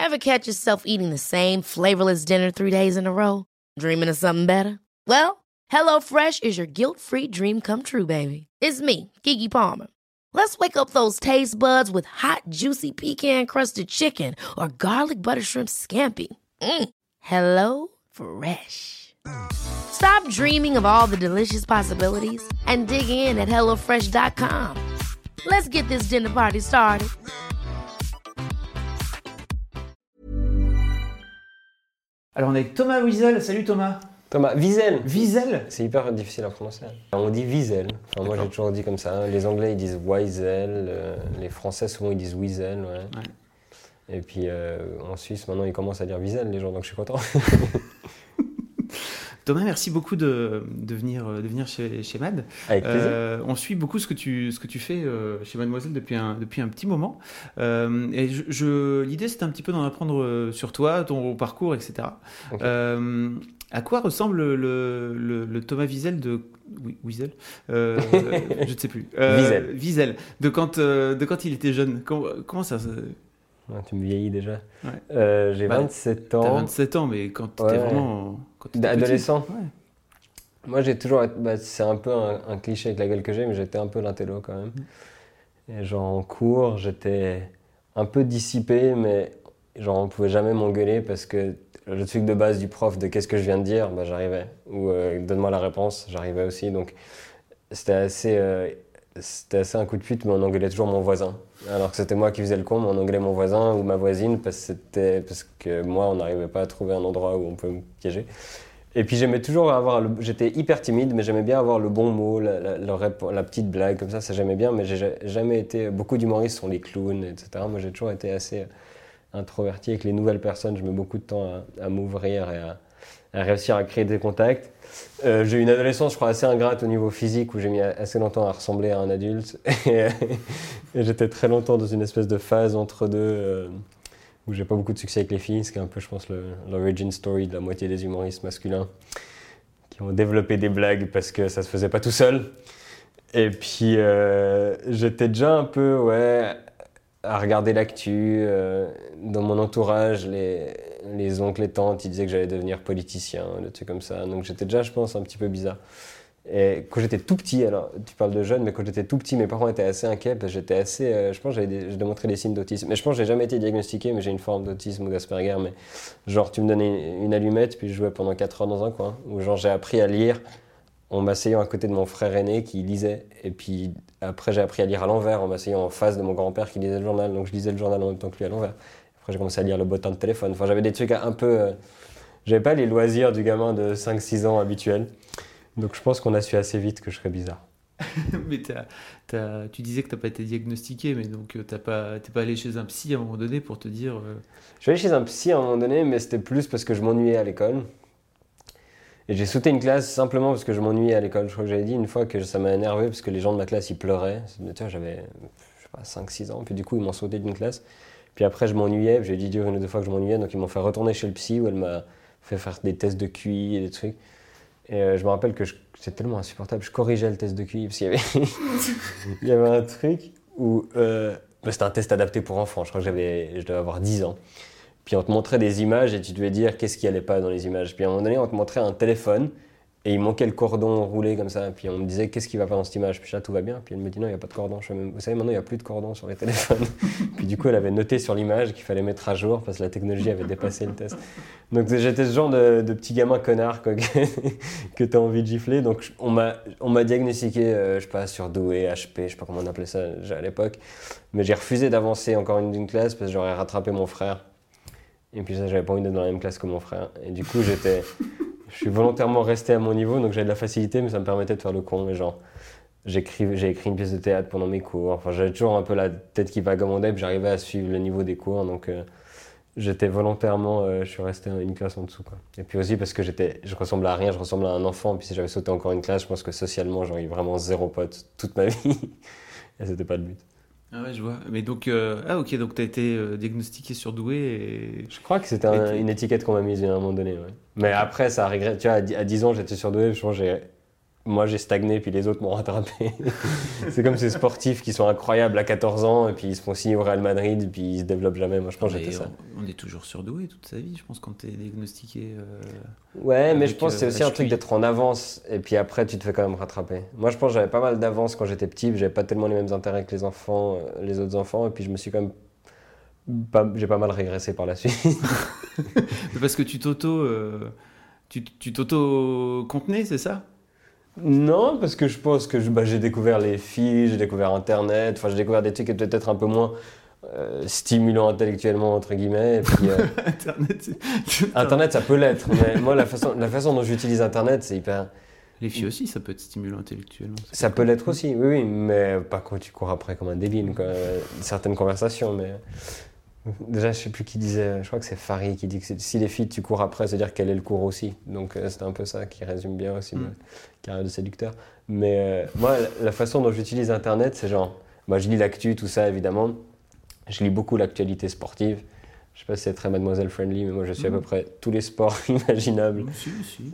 Ever catch yourself eating the same flavorless dinner 3 days in a row? Dreaming of something better? Well, HelloFresh is your guilt-free dream come true, baby. It's me, Keke Palmer. Let's wake up those taste buds with hot, juicy pecan-crusted chicken or garlic butter shrimp scampi. Hello Fresh. Stop dreaming of all the delicious possibilities and dig in at HelloFresh.com. Let's get this dinner party started. Alors on est avec Thomas Wiesel. Salut Thomas. Thomas, Wiesel. Wiesel. C'est hyper difficile à prononcer. On dit Wiesel. Enfin, moi j'ai toujours dit comme ça. Les Anglais ils disent Wiesel. Les Français souvent ils disent Wiesel. Ouais. Et puis en Suisse maintenant ils commencent à dire Wiesel les gens, donc je suis content. Thomas, merci beaucoup de venir chez Mad. Avec plaisir. On suit beaucoup ce que tu fais chez Mademoiselle depuis un petit moment. Et l'idée, c'était un petit peu d'en apprendre sur toi, ton parcours, etc. Okay. À quoi ressemble le Thomas Wiesel de... Oui, Wiesel je ne sais plus. Wiesel. De quand il était jeune. Comment ça... Tu me vieillis déjà. Ouais. J'ai 27 ans. T'as 27 ans, mais quand t'étais vraiment... Adolescent. Ouais. Moi, j'ai toujours... c'est un peu un cliché avec la gueule que j'ai, mais j'étais un peu l'intello quand même. Et genre en cours, j'étais un peu dissipé, mais genre on pouvait jamais m'engueuler parce que le truc de base du prof de qu'est-ce que je viens de dire, j'arrivais. Ou donne-moi la réponse, j'arrivais aussi. Donc c'était assez un coup de pute, mais on engueulait toujours mon voisin. Alors que c'était moi qui faisais le con, mais on engueulait mon voisin ou ma voisine parce que moi, on n'arrivait pas à trouver un endroit où on peut me piéger. Et puis j'aimais toujours j'étais hyper timide, mais j'aimais bien avoir le bon mot, la petite blague, comme ça j'aimais bien, mais j'ai jamais été... Beaucoup d'humoristes sont les clowns, etc. Moi, j'ai toujours été assez introverti avec les nouvelles personnes. Je mets beaucoup de temps à m'ouvrir et à réussir à créer des contacts. J'ai eu une adolescence, je crois, assez ingrate au niveau physique, où j'ai mis assez longtemps à ressembler à un adulte. Et j'étais très longtemps dans une espèce de phase entre deux, où j'ai pas beaucoup de succès avec les filles, ce qui est un peu, je pense, l'origin story de la moitié des humoristes masculins, qui ont développé des blagues parce que ça se faisait pas tout seul. Et puis, j'étais déjà un peu, à regarder l'actu. Dans mon entourage, les oncles et tantes, ils disaient que j'allais devenir politicien, des trucs comme ça. Donc j'étais déjà, je pense, un petit peu bizarre. Et quand j'étais tout petit, alors tu parles de jeune, mais quand j'étais tout petit, mes parents étaient assez inquiets parce que j'étais assez... je pense que j'ai démontré des signes d'autisme. Mais je pense que j'ai jamais été diagnostiqué, mais j'ai une forme d'autisme ou d'Asperger. Mais genre, tu me donnais une allumette, puis je jouais pendant 4 heures dans un coin. Ou genre, j'ai appris à lire en m'asseyant à côté de mon frère aîné qui lisait. Et puis après, j'ai appris à lire à l'envers en m'asseyant en face de mon grand-père qui lisait le journal. Donc je lisais le journal en même temps que lui à l'envers. Après, j'ai commencé à lire le bottin de téléphone. Enfin, j'avais des trucs un peu... j'avais pas les loisirs du gamin de 5-6 ans habituel. Donc je pense qu'on a su assez vite que je serais bizarre. Mais tu disais que t'as pas été diagnostiqué, mais donc t'es pas allé chez un psy à un moment donné pour te dire... Je suis allé chez un psy à un moment donné, mais c'était plus parce que je m'ennuyais à l'école. Et j'ai sauté une classe simplement parce que je m'ennuyais à l'école. Je crois que j'avais dit une fois que ça m'a énervé parce que les gens de ma classe, ils pleuraient. Tu vois, j'avais, je sais pas, 5-6 ans. Puis du coup, ils m'ont sauté d'une classe. Puis après, je m'ennuyais. J'ai dit une ou deux fois que je m'ennuyais. Donc ils m'ont fait retourner chez le psy où elle m'a fait faire des tests de QI et des trucs. Et je me rappelle que c'était tellement insupportable. Je corrigeais le test de QI parce qu'il y avait, il y avait un truc où... c'était un test adapté pour enfants. Je crois que je devais avoir 10 ans. Puis on te montrait des images et tu devais dire qu'est-ce qui allait pas dans les images. Puis à un moment donné, on te montrait un téléphone et il manquait le cordon roulé comme ça. Puis on me disait qu'est-ce qui va pas dans cette image. Puis là, tout va bien. Puis elle me dit non, il n'y a pas de cordon. Vous savez, maintenant, il n'y a plus de cordon sur les téléphones. Puis du coup, elle avait noté sur l'image qu'il fallait mettre à jour parce que la technologie avait dépassé le test. Donc j'étais ce genre de petit gamin connard quoi, que tu as envie de gifler. Donc on m'a diagnostiqué, je sais pas, surdoué, HP, je sais pas comment on appelait ça à l'époque. Mais j'ai refusé d'avancer encore d'une classe parce que j'aurais rattrapé mon frère. Et puis ça, j'avais pas envie d'être dans la même classe que mon frère. Et du coup, je suis volontairement resté à mon niveau, donc j'avais de la facilité, mais ça me permettait de faire le con. Et genre, j'ai écrit une pièce de théâtre pendant mes cours. Enfin, j'avais toujours un peu la tête qui vagabondait, puis j'arrivais à suivre le niveau des cours. Donc, j'étais volontairement, je suis resté une classe en dessous, quoi. Et puis aussi parce que je ressemblais à rien, je ressemblais à un enfant. Puis si j'avais sauté encore une classe, je pense que socialement, j'aurais eu vraiment 0 pote toute ma vie. Et c'était pas le but. Ah ouais, je vois. Mais donc, ok, donc t'as été diagnostiqué surdoué et... Je crois que c'était une étiquette qu'on m'a mise à un moment donné, ouais. Mais après, ça regrette. Tu vois, à 10 ans, j'étais surdoué, je pense que moi j'ai stagné puis les autres m'ont rattrapé. C'est comme ces sportifs qui sont incroyables à 14 ans et puis ils se font signer au Real Madrid puis ils se développent jamais. Moi je pense que j'étais ça. On est toujours surdoué toute sa vie, je pense, quand t'es diagnostiqué. Ouais, mais je pense que c'est aussi un truc d'être en avance et puis après tu te fais quand même rattraper. Moi je pense que j'avais pas mal d'avance quand j'étais petit, j'avais pas tellement les mêmes intérêts que les autres enfants et puis je me suis quand même j'ai pas mal régressé par la suite. Parce que tu t'auto-contenais, c'est ça? Non, parce que je pense que j'ai découvert les filles, j'ai découvert Internet, enfin j'ai découvert des trucs qui étaient peut-être un peu moins stimulants intellectuellement, entre guillemets. Et puis, Internet, ça peut l'être, mais moi, la façon dont j'utilise Internet, c'est hyper... Les filles aussi, ça peut être stimulant intellectuellement. Ça peut l'être aussi, oui, mais pas quand tu cours après comme un débile, quoi. Certaines conversations, mais... Déjà, je sais plus qui disait, je crois que c'est Farid qui dit que si les filles tu cours après, c'est-à-dire qu'elle est le cours aussi. Donc c'est un peu ça qui résume bien aussi ma carrière de séducteur. Mais moi, la façon dont j'utilise Internet, c'est genre, je lis l'actu, tout ça évidemment. Je lis beaucoup l'actualité sportive. Je sais pas si c'est très Mademoiselle friendly, mais moi je suis à peu près tous les sports imaginables. Si.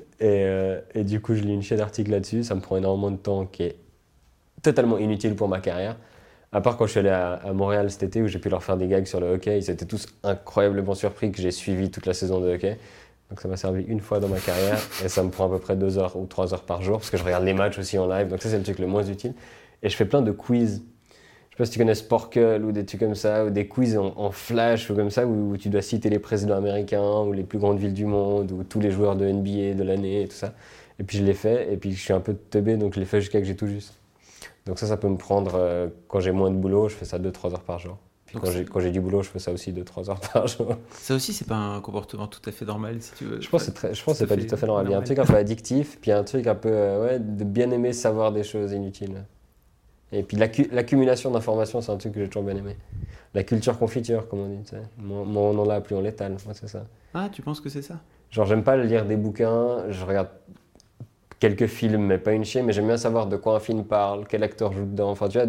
Et du coup, je lis une chaîne d'articles là-dessus. Ça me prend énormément de temps qui est totalement inutile pour ma carrière. À part quand je suis allé à Montréal cet été où j'ai pu leur faire des gags sur le hockey, ils étaient tous incroyablement surpris que j'ai suivi toute la saison de hockey. Donc ça m'a servi une fois dans ma carrière et ça me prend à peu près 2 heures ou 3 heures par jour parce que je regarde les matchs aussi en live. Donc ça c'est le truc le moins utile. Et je fais plein de quiz. Je sais pas si tu connais Sporkle ou des trucs comme ça, ou des quiz en flash ou comme ça où tu dois citer les présidents américains ou les plus grandes villes du monde ou tous les joueurs de NBA de l'année et tout ça. Et puis je les fais et puis je suis un peu teubé donc je les fais jusqu'à que j'ai tout juste. Donc ça peut me prendre, quand j'ai moins de boulot, je fais ça 2-3 heures par jour. Puis quand j'ai du boulot, je fais ça aussi 2-3 heures par jour. Ça aussi, c'est pas un comportement tout à fait normal, si tu veux. Je pense que c'est pas tout à fait normal. Il y a un truc un peu addictif, puis il y a un truc un peu de bien aimer savoir des choses inutiles. Et puis l'accumulation d'informations, c'est un truc que j'ai toujours bien aimé. La culture confiture, comme on dit. Tu sais. Moins on en a, plus on l'étale. Moi, c'est ça. Ah, tu penses que c'est ça? Genre, j'aime pas lire des bouquins, je regarde quelques films, mais pas une chier, mais j'aime bien savoir de quoi un film parle, quel acteur joue dedans. Enfin, tu vois,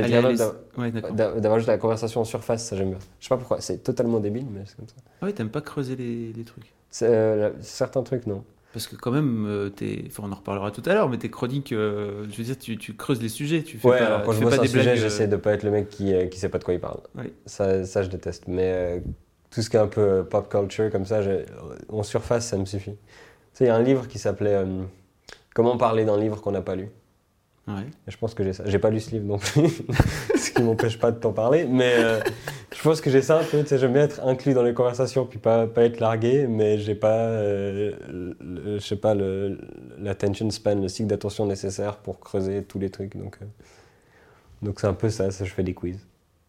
d'avoir juste la conversation en surface, ça j'aime bien. Je sais pas pourquoi, c'est totalement débile, mais c'est comme ça. Ah oui, t'aimes pas creuser les trucs? Certains trucs, non. Parce que quand même, on en reparlera tout à l'heure, mais tes chroniques, je veux dire, tu creuses les sujets. Tu fais ouais, pas, alors quand tu je fais bosse pas un des sujet, blagues, j'essaie de pas être le mec qui sait pas de quoi il parle. Oui. Ça, je déteste. Mais tout ce qui est un peu pop culture, comme ça, en surface, ça me suffit. Tu sais, il y a un livre qui s'appelait Comment parler d'un livre qu'on n'a pas lu. Ouais. Et je pense que j'ai ça. J'ai pas lu ce livre non plus, ce qui m'empêche pas de t'en parler, mais je pense que j'ai ça un peu. Tu sais, j'aime bien être inclus dans les conversations, puis pas être largué, mais j'ai pas, je sais pas, l'attention span, le cycle d'attention nécessaire pour creuser tous les trucs. Donc c'est un peu ça, je fais des quiz.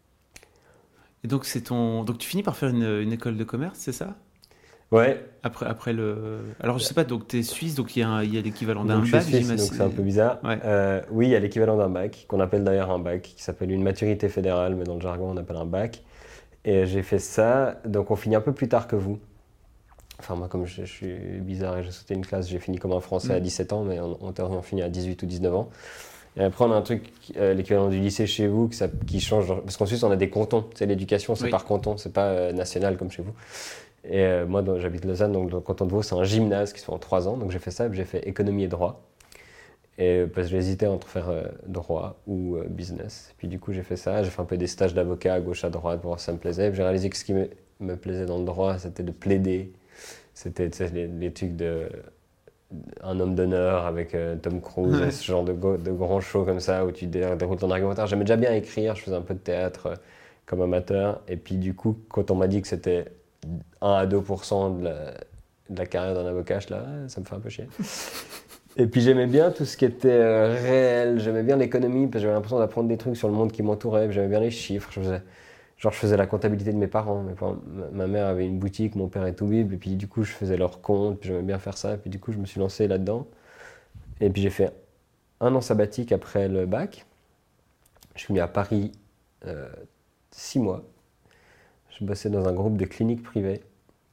Et donc donc tu finis par faire une école de commerce, c'est ça? Ouais. Après alors je sais pas, donc tu es suisse, donc il y a l'équivalent d'un bac, j'imagine. Donc c'est un peu bizarre. Ouais. Oui, il y a l'équivalent d'un bac, qu'on appelle d'ailleurs un bac, qui s'appelle une maturité fédérale, mais dans le jargon on appelle un bac. Et j'ai fait ça, donc on finit un peu plus tard que vous. Enfin moi comme je suis bizarre et j'ai sauté une classe, j'ai fini comme un Français à 17 ans, mais en théorie on finit à 18 ou 19 ans. Et après on a un truc, l'équivalent du lycée chez vous, qui change, parce qu'en Suisse on a des cantons, tu sais, l'éducation c'est par canton, c'est pas national comme chez vous. Et moi, j'habite Lausanne, donc dans le canton de Vaud, c'est un gymnase qui se fait en 3 ans. Donc j'ai fait ça, j'ai fait économie et droit. Et parce que j'hésitais entre faire droit ou business. Et puis du coup, j'ai fait ça. J'ai fait un peu des stages d'avocat à gauche, à droite, pour voir si ça me plaisait. Et puis j'ai réalisé que ce qui me plaisait dans le droit, c'était de plaider. C'était les trucs un homme d'honneur avec Tom Cruise, et ce genre de grands shows comme ça où tu déroules ton argumentaire. J'aimais déjà bien écrire, je faisais un peu de théâtre comme amateur. Et puis du coup, quand on m'a dit que c'était 1 à 2% de la carrière d'un avocat, ça me fait un peu chier. Et puis j'aimais bien tout ce qui était réel, j'aimais bien l'économie, parce que j'avais l'impression d'apprendre des trucs sur le monde qui m'entourait, j'aimais bien les chiffres, je faisais la comptabilité de mes parents. Ma mère avait une boutique, mon père est tout bible, et puis du coup je faisais leurs comptes, puis j'aimais bien faire ça, et puis du coup je me suis lancé là-dedans. Et puis j'ai fait 1 an sabbatique après le bac, je suis venu à Paris 6 mois. Je bossais dans un groupe de cliniques privées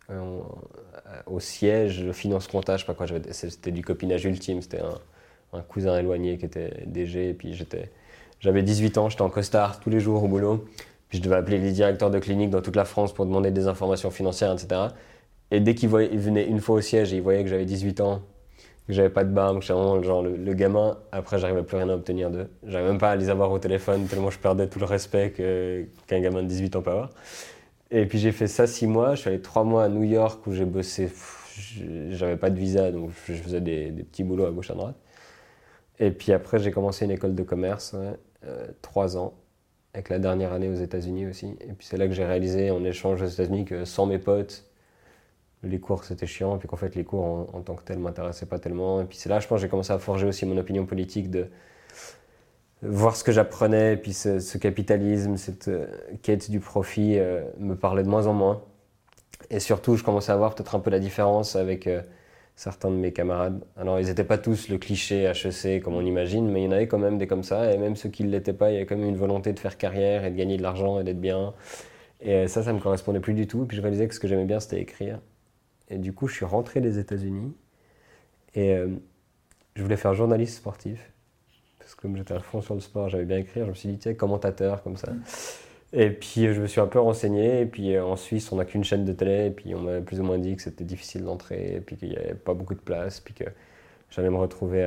au siège de finance compta, je sais pas quoi, c'était du copinage ultime, c'était un cousin éloigné qui était DG, et puis j'avais 18 ans, j'étais en costard tous les jours au boulot, puis je devais appeler les directeurs de cliniques dans toute la France pour demander des informations financières, etc. Et dès qu'ils venaient une fois au siège et ils voyaient que j'avais 18 ans, que j'avais pas de barbe, que j'étais vraiment genre le gamin. Après, j'arrivais plus rien à obtenir d'eux. J'arrivais même pas à les avoir au téléphone tellement je perdais tout le respect qu'un gamin de 18 ans peut avoir. Et puis j'ai fait ça 6 mois. Je suis allé 3 mois à New York où j'ai bossé. J'avais pas de visa, donc je faisais des petits boulots à gauche à droite. Et puis après, j'ai commencé une école de commerce, 3 ans, avec la dernière année aux États-Unis aussi. Et puis c'est là que j'ai réalisé en échange aux États-Unis que sans mes potes, les cours c'était chiant, et puis qu'en fait les cours en tant que tels m'intéressaient pas tellement. Et puis c'est là, je pense, que j'ai commencé à forger aussi mon opinion politique, de voir ce que j'apprenais, et puis ce capitalisme, cette quête du profit me parlait de moins en moins. Et surtout, je commençais à voir peut-être un peu la différence avec certains de mes camarades. Alors, ils n'étaient pas tous le cliché HEC comme on imagine, mais il y en avait quand même des comme ça. Et même ceux qui ne l'étaient pas, il y avait quand même une volonté de faire carrière et de gagner de l'argent et d'être bien. Et ça me correspondait plus du tout. Et puis je réalisais que ce que j'aimais bien, c'était écrire. Et du coup, je suis rentré des États-Unis et je voulais faire journaliste sportif. Parce que comme j'étais à fond sur le sport, j'avais bien écrire. Je me suis dit, tiens, commentateur comme ça. Et puis je me suis un peu renseigné, et puis en Suisse on n'a qu'une chaîne de télé, et puis on m'a plus ou moins dit que c'était difficile d'entrer, et puis qu'il n'y avait pas beaucoup de place, puis que j'allais me retrouver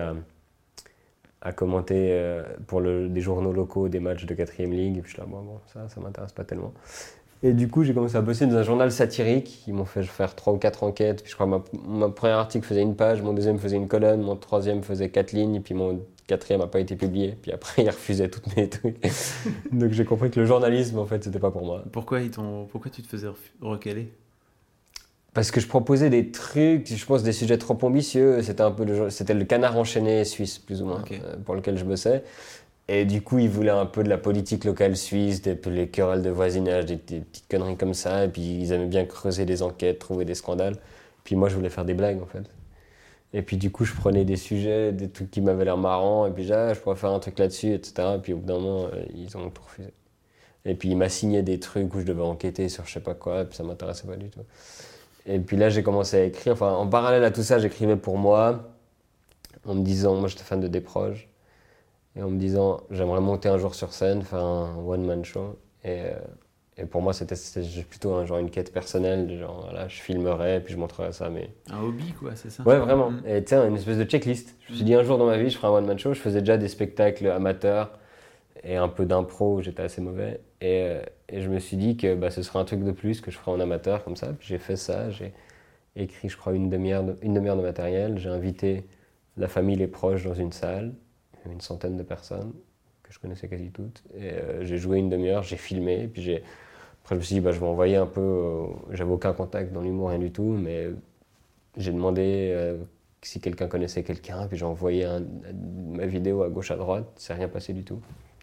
à commenter pour des journaux locaux des matchs de 4e ligue, et puis je suis là, bon ça m'intéresse pas tellement. Et du coup j'ai commencé à bosser dans un journal satirique, ils m'ont fait faire 3 ou 4 enquêtes, puis je crois que ma premier article faisait 1 page, mon deuxième faisait 1 colonne, mon troisième faisait 4 lignes, et puis mon 4e n'a pas été publié, puis après ils refusaient toutes mes trucs. Donc j'ai compris que le journalisme en fait c'était pas pour moi. Pourquoi tu te faisais recaler? Parce que je proposais des trucs, je pense des sujets trop ambitieux, c'était le canard enchaîné suisse plus ou moins, Okay. Pour lequel je bossais. Et du coup ils voulaient un peu de la politique locale suisse, les querelles de voisinage, des petites conneries comme ça, et puis ils aimaient bien creuser des enquêtes, trouver des scandales. Puis moi je voulais faire des blagues en fait. Et puis du coup, je prenais des sujets, des trucs qui m'avaient l'air marrants, et puis je pourrais faire un truc là-dessus, etc. Et puis au bout d'un moment, ils ont tout refusé. Et puis ils m'assignaient des trucs où je devais enquêter sur je sais pas quoi, et puis ça m'intéressait pas du tout. Et puis là, j'ai commencé à écrire. Enfin, en parallèle à tout ça, j'écrivais pour moi, en me disant, moi j'étais fan de Desproges, et en me disant, j'aimerais monter un jour sur scène, faire un one-man show. Et pour moi, c'était plutôt une quête personnelle, genre voilà, je filmerais, puis je montrerais ça. Mais... Un hobby, quoi, c'est ça? Ouais, vraiment. Et tiens, une espèce de checklist. Je me suis dit, un jour dans ma vie, je ferai un one-man show. Je faisais déjà des spectacles amateurs et un peu d'impro où j'étais assez mauvais. Et je me suis dit que ce serait un truc de plus que je ferais en amateur, comme ça. Puis j'ai fait ça, j'ai écrit, je crois, une demi-heure de matériel. J'ai invité la famille, les proches dans une salle, une centaine de personnes que je connaissais quasi toutes. Et j'ai joué une demi-heure, j'ai filmé, puis après je me suis dit, je vais envoyer un peu, j'avais aucun contact dans l'humour, rien du tout, mais j'ai demandé si quelqu'un connaissait quelqu'un, puis j'ai envoyé ma vidéo à gauche à droite, c'est rien passé du tout.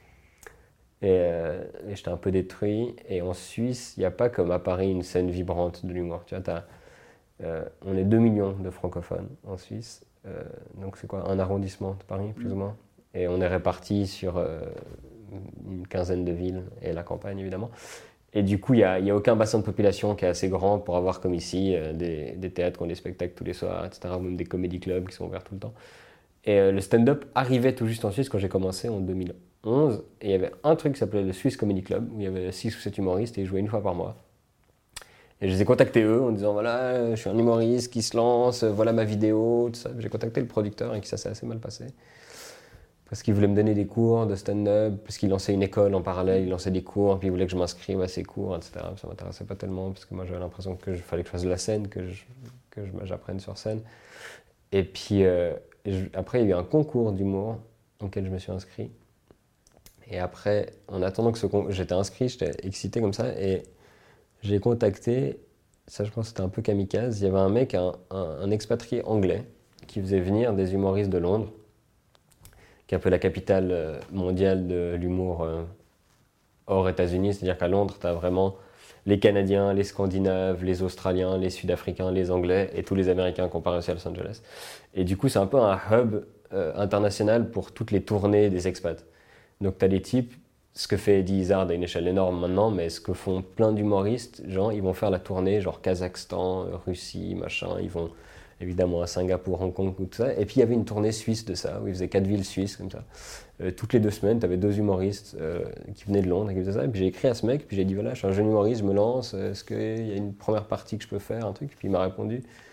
Et j'étais un peu détruit. Et en Suisse, il n'y a pas comme à Paris une scène vibrante de l'humour. Tu vois, on est 2 millions de francophones en Suisse, donc c'est quoi, un arrondissement de Paris, plus ou moins. Et on est répartis sur une quinzaine de villes, et la campagne évidemment. Et du coup, il n'y a aucun bassin de population qui est assez grand pour avoir, comme ici, des théâtres qui ont des spectacles tous les soirs, etc., ou même des comédie clubs qui sont ouverts tout le temps. Et le stand-up arrivait tout juste en Suisse quand j'ai commencé en 2011. Et il y avait un truc qui s'appelait le Swiss Comedy Club, où il y avait 6 ou 7 humoristes et ils jouaient 1 fois par mois. Et je les ai contactés eux en disant, voilà, je suis un humoriste qui se lance, voilà ma vidéo, tout ça. J'ai contacté le producteur et ça s'est assez mal passé. Parce qu'il voulait me donner des cours de stand-up, parce qu'il lançait une école en parallèle, il lançait des cours, puis il voulait que je m'inscrive à ses cours, etc. Ça ne m'intéressait pas tellement, parce que moi j'avais l'impression qu'il fallait que je fasse de la scène, que j'apprenne sur scène. Et puis après, il y a eu un concours d'humour auquel je me suis inscrit. Et après, en attendant que j'étais inscrit, j'étais excité comme ça, et j'ai contacté, ça je pense que c'était un peu kamikaze, il y avait un mec, un expatrié anglais, qui faisait venir des humoristes de Londres, qui est un peu la capitale mondiale de l'humour hors États-Unis. C'est-à-dire qu'à Londres, tu as vraiment les Canadiens, les Scandinaves, les Australiens, les Sud-Africains, les Anglais et tous les Américains comparés aussi à Los Angeles. Et du coup, c'est un peu un hub international pour toutes les tournées des expats. Donc tu as des types, ce que fait Eddie Izzard à une échelle énorme maintenant, mais ce que font plein d'humoristes, genre ils vont faire la tournée, genre Kazakhstan, Russie, machin, ils vont évidemment à Singapour, Hong Kong, tout ça. Et puis il y avait une tournée suisse de ça, où ils faisaient 4 villes suisses comme ça. Toutes les 2 semaines, tu avais 2 humoristes qui venaient de Londres et qui faisaient ça. Et puis j'ai écrit à ce mec, puis j'ai dit voilà, je suis un jeune humoriste, je me lance, est-ce qu'il y a une première partie que je peux faire, un truc? Puis il m'a répondu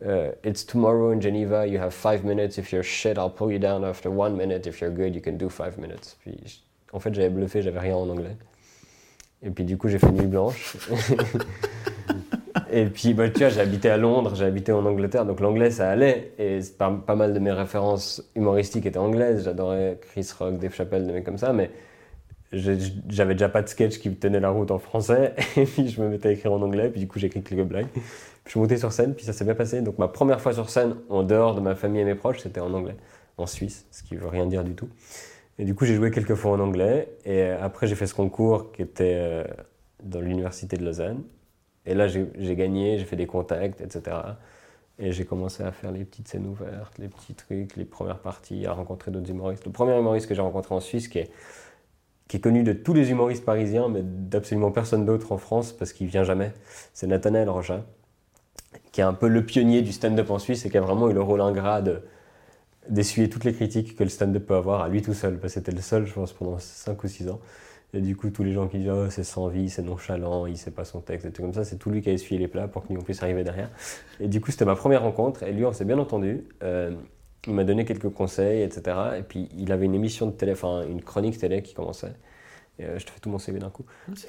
It's tomorrow in Geneva, you have 5 minutes. If you're shit, I'll pull you down after 1 minute. If you're good, you can do 5 minutes. Puis, en fait, j'avais bluffé, j'avais rien en anglais. Et puis, du coup, j'ai fait nuit blanche. Et puis, tu vois, j'ai habité à Londres, j'ai habité en Angleterre, donc l'anglais, ça allait. Et pas mal de mes références humoristiques étaient anglaises. J'adorais Chris Rock, Dave Chappelle, des mecs comme ça, mais j'avais déjà pas de sketch qui me tenait la route en français. Et puis, je me mettais à écrire en anglais, puis du coup, j'ai écrit quelques blagues. Puis, je suis monté sur scène, puis ça s'est bien passé. Donc, ma première fois sur scène, en dehors de ma famille et mes proches, c'était en anglais, en Suisse, ce qui veut rien dire du tout. Et du coup, j'ai joué quelques fois en anglais. Et après, j'ai fait ce concours qui était dans l'université de Lausanne. Et là, j'ai gagné, j'ai fait des contacts, etc. Et j'ai commencé à faire les petites scènes ouvertes, les petits trucs, les premières parties, à rencontrer d'autres humoristes. Le premier humoriste que j'ai rencontré en Suisse, qui est connu de tous les humoristes parisiens, mais d'absolument personne d'autre en France, parce qu'il ne vient jamais, c'est Nathanaël Rochat, qui est un peu le pionnier du stand-up en Suisse et qui a vraiment eu le rôle ingrat d'essuyer toutes les critiques que le stand-up peut avoir à lui tout seul, parce que c'était le seul, je pense, pendant 5 ou 6 ans. Et du coup, tous les gens qui disent « Oh, c'est sans vie, c'est nonchalant, il sait pas son texte », et tout comme ça, c'est tout lui qui a essuyé les plats pour que nous on puisse arriver derrière. Et du coup, c'était ma première rencontre, et lui, on s'est bien entendu. Il m'a donné quelques conseils, etc. Et puis, il avait une émission de télé, enfin, une chronique télé qui commençait. Et, je te fais tout mon CV d'un coup.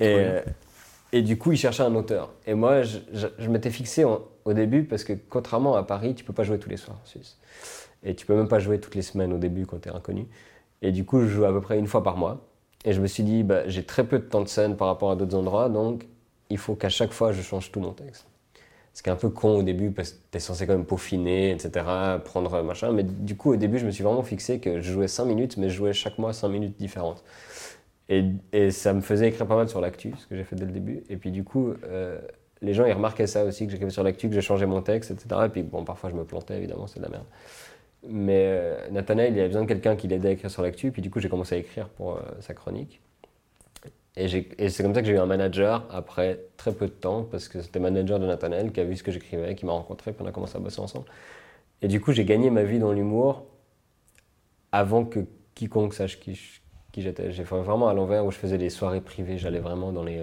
Et du coup, il cherchait un auteur. Et moi, je m'étais fixé au début, parce que contrairement à Paris, tu peux pas jouer tous les soirs en Suisse. Et tu peux même pas jouer toutes les semaines au début quand tu es inconnu. Et du coup, je jouais à peu près une fois par mois. Et je me suis dit, j'ai très peu de temps de scène par rapport à d'autres endroits, donc il faut qu'à chaque fois, je change tout mon texte. Ce qui est un peu con au début, parce que tu es censé quand même peaufiner, etc., prendre machin. Mais du coup, au début, je me suis vraiment fixé que je jouais 5 minutes, mais je jouais chaque mois 5 minutes différentes. Et ça me faisait écrire pas mal sur l'actu, ce que j'ai fait dès le début. Et puis du coup, les gens, ils remarquaient ça aussi, que j'écrivais sur l'actu, que j'ai changé mon texte, etc. Et puis bon, parfois, je me plantais, évidemment, c'est de la merde. Mais Nathanaël, il avait besoin de quelqu'un qui l'aidait à écrire sur l'actu, puis du coup j'ai commencé à écrire pour sa chronique. Et c'est comme ça que j'ai eu un manager après très peu de temps, parce que c'était le manager de Nathanaël qui a vu ce que j'écrivais, qui m'a rencontré, puis on a commencé à bosser ensemble. Et du coup j'ai gagné ma vie dans l'humour avant que quiconque sache qui j'étais. J'ai fait vraiment à l'envers, où je faisais des soirées privées, j'allais vraiment dans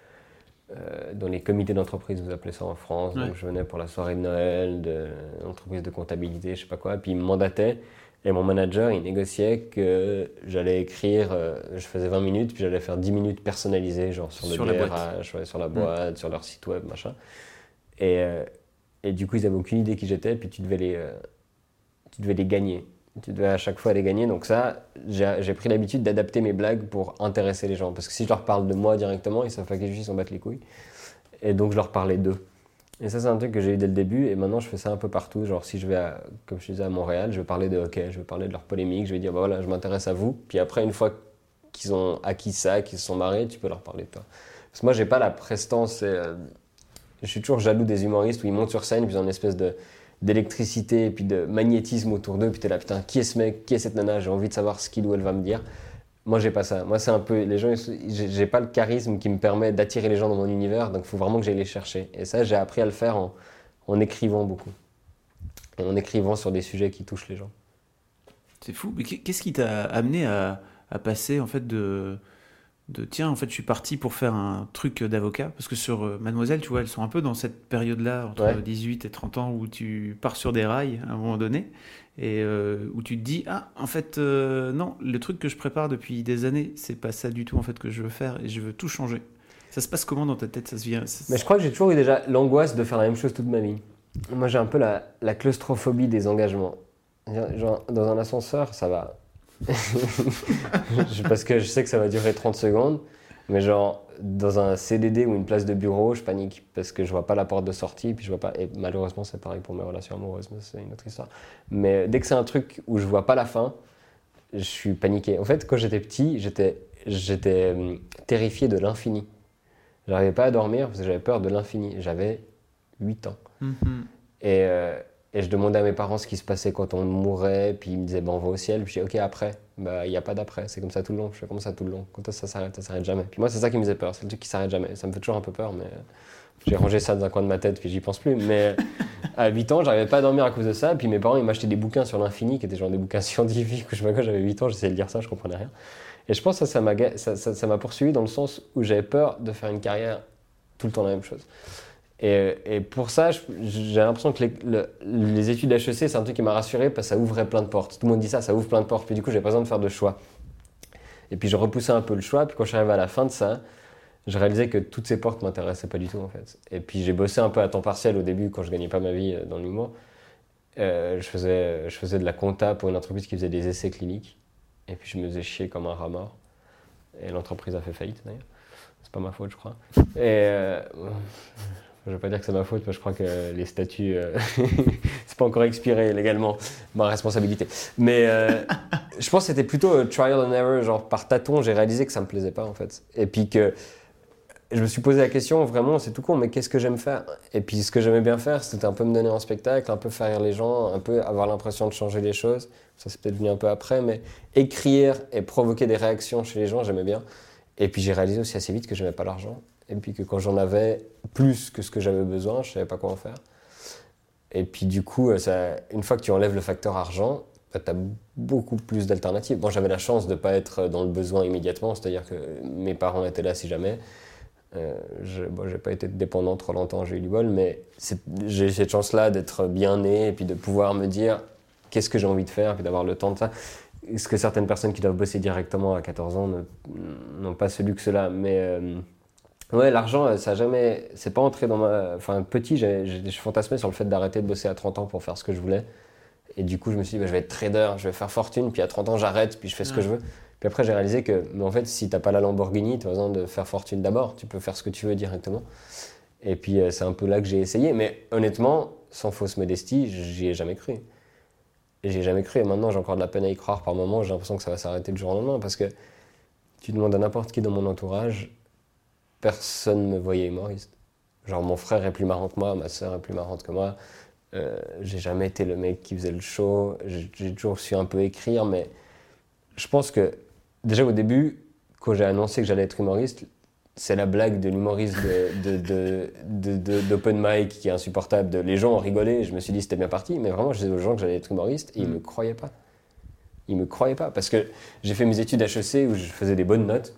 les comités d'entreprise, vous appelez ça en France. Ouais. Donc je venais pour la soirée de Noël, de l'entreprise de comptabilité, je sais pas quoi. Puis il me mandatait, et mon manager, il négociait que j'allais écrire, je faisais 20 minutes, puis j'allais faire 10 minutes personnalisées, genre sur le DRH, ouais, sur la boîte, sur leur site web, machin. Et du coup, ils avaient aucune idée qui j'étais, puis tu devais les gagner. Tu devais à chaque fois les gagner. Donc ça, j'ai pris l'habitude d'adapter mes blagues pour intéresser les gens. Parce que si je leur parle de moi directement, ils savent pas qui je suis, ils s'en battent les couilles. Et donc je leur parlais d'eux. Et ça, c'est un truc que j'ai eu dès le début. Et maintenant, je fais ça un peu partout. Genre si je vais, comme je disais, à Montréal, je vais parler de hockey, je vais parler de leur polémique. Je vais dire, voilà, je m'intéresse à vous. Puis après, une fois qu'ils ont acquis ça, qu'ils se sont marrés, tu peux leur parler de toi. Parce que moi, j'ai pas la prestance. Je suis toujours jaloux des humoristes où ils montent sur scène, puis ils ont une espèce d'électricité et puis de magnétisme autour d'eux, puis t'es là, putain, qui est ce mec, qui est cette nana, j'ai envie de savoir ce qu'il ou elle va me dire. Moi, j'ai pas ça. Moi, c'est un peu, les gens, j'ai pas le charisme qui me permet d'attirer les gens dans mon univers, donc il faut vraiment que j'aille les chercher. Et ça, j'ai appris à le faire en écrivant beaucoup. Et en écrivant sur des sujets qui touchent les gens. C'est fou. Mais qu'est-ce qui t'a amené à passer, en fait, tiens, en fait, je suis parti pour faire un truc d'avocat, parce que sur Mademoiselle, tu vois, elles sont un peu dans cette période-là, entre 18 et 30 ans, où tu pars sur des rails à un moment donné, et où tu te dis, en fait, non, le truc que je prépare depuis des années, c'est pas ça du tout, en fait, que je veux faire, et je veux tout changer. Ça se passe comment dans ta tête? Mais je crois que j'ai toujours eu déjà l'angoisse de faire la même chose toute ma vie. Moi, j'ai un peu la claustrophobie des engagements. Genre, dans un ascenseur, ça va. Parce que je sais que ça va durer 30 secondes, mais genre dans un CDD ou une place de bureau, je panique parce que je vois pas la porte de sortie, puis je vois pas, et malheureusement c'est pareil pour mes relations amoureuses, mais c'est une autre histoire. Mais dès que c'est un truc où je vois pas la fin, je suis paniqué. En fait, quand j'étais petit, j'étais terrifié de l'infini. J'arrivais pas à dormir parce que j'avais peur de l'infini. J'avais 8 ans. Mm-hmm. Et je demandais à mes parents ce qui se passait quand on mourait, puis ils me disaient on va au ciel, puis je dis ok, après, il n'y a pas d'après, c'est comme ça tout le long. Je fais comme ça tout le long. Quand ça s'arrête jamais. Puis moi, c'est ça qui me faisait peur, c'est le truc qui s'arrête jamais. Ça me fait toujours un peu peur, mais j'ai rangé ça dans un coin de ma tête, puis j'y pense plus. Mais à 8 ans, j'arrivais pas à dormir à cause de ça, puis mes parents, ils m'achetaient des bouquins sur l'infini, qui étaient genre des bouquins scientifiques, je sais pas quoi, j'avais 8 ans, j'essayais de lire ça, je comprenais rien. Et je pense que ça m'a poursuivi dans le sens où j'avais peur de faire une carrière tout le temps la même chose. Et pour ça, j'ai l'impression que les études HEC, c'est un truc qui m'a rassuré parce que ça ouvrait plein de portes. Tout le monde dit ça ouvre plein de portes. Puis du coup, j'ai pas besoin de faire de choix. Et puis je repoussais un peu le choix. Puis quand je suis arrivé à la fin de ça, je réalisais que toutes ces portes m'intéressaient pas du tout en fait. Et puis j'ai bossé un peu à temps partiel au début quand je gagnais pas ma vie dans l'humour. Je faisais de la compta pour une entreprise qui faisait des essais cliniques. Et puis je me faisais chier comme un rat mort. Et l'entreprise a fait faillite d'ailleurs. C'est pas ma faute, je crois. Et je vais pas dire que c'est ma faute, parce que je crois que les statuts, c'est pas encore expiré légalement, ma responsabilité. Mais je pense que c'était plutôt trial and error, genre par tâton, j'ai réalisé que ça me plaisait pas en fait. Et puis que je me suis posé la question, vraiment, c'est tout con, mais qu'est-ce que j'aime faire? Et puis ce que j'aimais bien faire, c'était un peu me donner en spectacle, un peu faire rire les gens, un peu avoir l'impression de changer les choses. Ça c'est peut-être venu un peu après, mais écrire et provoquer des réactions chez les gens, j'aimais bien. Et puis j'ai réalisé aussi assez vite que j'aimais pas l'argent. Et puis que quand j'en avais plus que ce que j'avais besoin, je savais pas quoi en faire. Et puis du coup, une fois que tu enlèves le facteur argent, bah, tu as beaucoup plus d'alternatives. Bon, j'avais la chance de pas être dans le besoin immédiatement, c'est-à-dire que mes parents étaient là si jamais. J'ai pas été dépendant trop longtemps, j'ai eu du bol, mais j'ai cette chance-là d'être bien né et puis de pouvoir me dire qu'est-ce que j'ai envie de faire, puis d'avoir le temps de ça. Ce que certaines personnes qui doivent bosser directement à 14 ans n'ont pas ce luxe-là. Mais ouais, l'argent, ça a jamais. C'est pas entré dans ma. Enfin, petit, je fantasmais sur le fait d'arrêter de bosser à 30 ans pour faire ce que je voulais. Et du coup, je me suis dit, je vais être trader, je vais faire fortune, puis à 30 ans, j'arrête, puis je fais ce que je veux. Puis après, j'ai réalisé que, mais en fait, si t'as pas la Lamborghini, t'as besoin de faire fortune d'abord. Tu peux faire ce que tu veux directement. Et puis, c'est un peu là que j'ai essayé. Mais honnêtement, sans fausse modestie, j'y ai jamais cru. Et j'y ai jamais cru. Et maintenant, j'ai encore de la peine à y croire par moment. J'ai l'impression que ça va s'arrêter du jour au lendemain. Parce que tu demandes à n'importe qui dans mon entourage, personne ne me voyait humoriste. Genre, mon frère est plus marrant que moi, ma sœur est plus marrante que moi. J'ai jamais été le mec qui faisait le show. J'ai toujours su un peu écrire, mais je pense que déjà au début, quand j'ai annoncé que j'allais être humoriste, c'est la blague de l'humoriste d'open mic qui est insupportable. Les gens ont rigolé, je me suis dit c'était bien parti, mais vraiment je disais aux gens que j'allais être humoriste et ils me croyaient pas. Ils me croyaient pas parce que j'ai fait mes études HEC où je faisais des bonnes notes.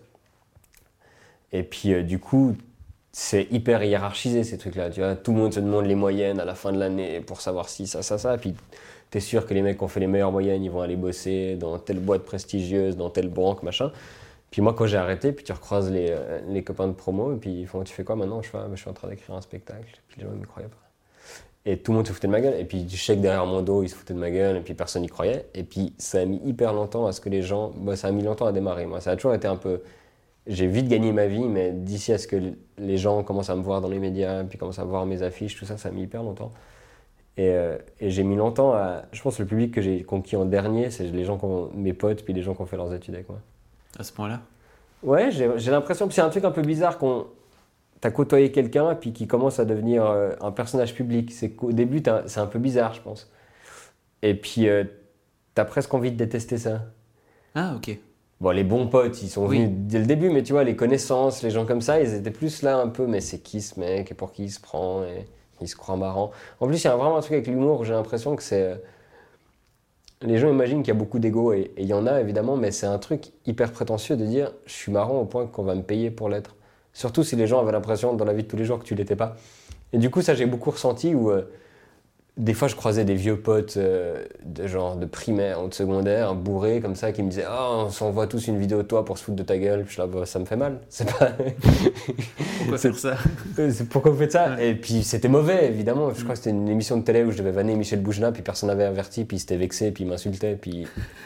Et puis du coup, c'est hyper hiérarchisé ces trucs-là. Tu vois, tout le monde se demande les moyennes à la fin de l'année pour savoir si ça. Et puis t'es sûr que les mecs qui ont fait les meilleures moyennes, ils vont aller bosser dans telle boîte prestigieuse, dans telle banque, machin. Puis moi, quand j'ai arrêté, puis tu recroises les copains de promo, et puis ils font, tu fais quoi maintenant? Je suis en train d'écrire un spectacle. Puis les gens ne me croyaient pas. Et tout le monde se foutait de ma gueule. Et puis je sais que derrière mon dos, ils se foutaient de ma gueule, et puis personne n'y croyait. Et puis ça a mis hyper longtemps à ce que les gens... ça a mis longtemps à démarrer. Moi, ça a toujours été un peu... J'ai vite gagné ma vie, mais d'ici à ce que les gens commencent à me voir dans les médias, puis commencent à voir mes affiches, tout ça, ça a mis hyper longtemps. Et j'ai mis longtemps à... Je pense que le public que j'ai conquis en dernier, c'est les gens mes potes, puis les gens qui ont fait leurs études avec moi. À ce point-là? Ouais, j'ai l'impression que c'est un truc un peu bizarre quand t'as côtoyé quelqu'un, puis qui commence à devenir un personnage public. C'est qu'au début, c'est un peu bizarre, je pense. Et puis, t'as presque envie de détester ça. Ah, ok. Bon, les bons potes, ils sont venus dès le début, mais tu vois, les connaissances, les gens comme ça, ils étaient plus là un peu, mais c'est qui ce mec, et pour qui il se prend, et il se croit marrant. En plus, il y a vraiment un truc avec l'humour où j'ai l'impression que c'est... Les gens imaginent qu'il y a beaucoup d'ego, et il y en a évidemment, mais c'est un truc hyper prétentieux de dire « je suis marrant au point qu'on va me payer pour l'être ». Surtout si les gens avaient l'impression dans la vie de tous les jours que tu l'étais pas. Et du coup, ça j'ai beaucoup ressenti où... des fois, je croisais des vieux potes de primaire ou de secondaire, bourrés comme ça, qui me disaient « Ah, on s'envoie tous une vidéo de toi pour se foutre de ta gueule. » Je suis là, bah, ça me fait mal. C'est pas... Pourquoi faire ça? Pourquoi vous faites ça? Ouais. Et puis, c'était mauvais, évidemment. Je crois que c'était une émission de télé où je devais vanner Michel Boujna, puis personne n'avait averti, puis il s'était vexé, puis il m'insultait, puis...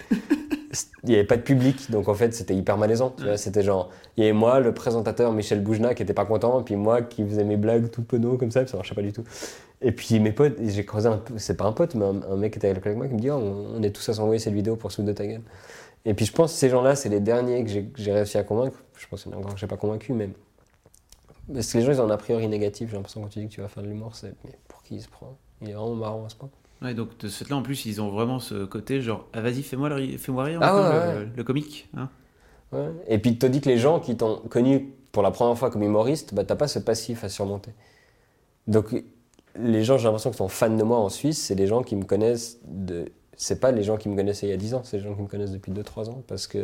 Il n'y avait pas de public, donc en fait, c'était hyper malaisant. Tu vois, c'était genre... Il y avait moi, le présentateur Michel Boujna, qui était pas content, et puis moi, qui faisais mes blagues tout penaud comme ça, puis ça marchait pas du tout. Et puis mes potes, j'ai creusé un peu, c'est pas un pote, mais un mec qui était avec moi qui me dit oh, on est tous à s'envoyer cette vidéo pour se foutre de ta gueule. Et puis je pense que ces gens-là, c'est les derniers que j'ai réussi à convaincre. Je pense qu'il y en a encore que j'ai pas convaincu, mais parce que les gens, ils ont un a priori négatif. J'ai l'impression quand tu dis que tu vas faire de l'humour, c'est mais pour qui il se prend? Il est vraiment marrant à ce point. Ouais, donc de ce fait-là, en plus, ils ont vraiment ce côté genre ah, vas-y, fais-moi rire le comique. Hein. Ouais. Et puis tu te dis que les gens qui t'ont connu pour la première fois comme humoriste, bah t'as pas ce passif à surmonter. Donc les gens, j'ai l'impression qu'ils sont fans de moi en Suisse, c'est les gens qui me connaissent c'est pas les gens qui me connaissaient il y a 10 ans, c'est les gens qui me connaissent depuis 2-3 ans parce que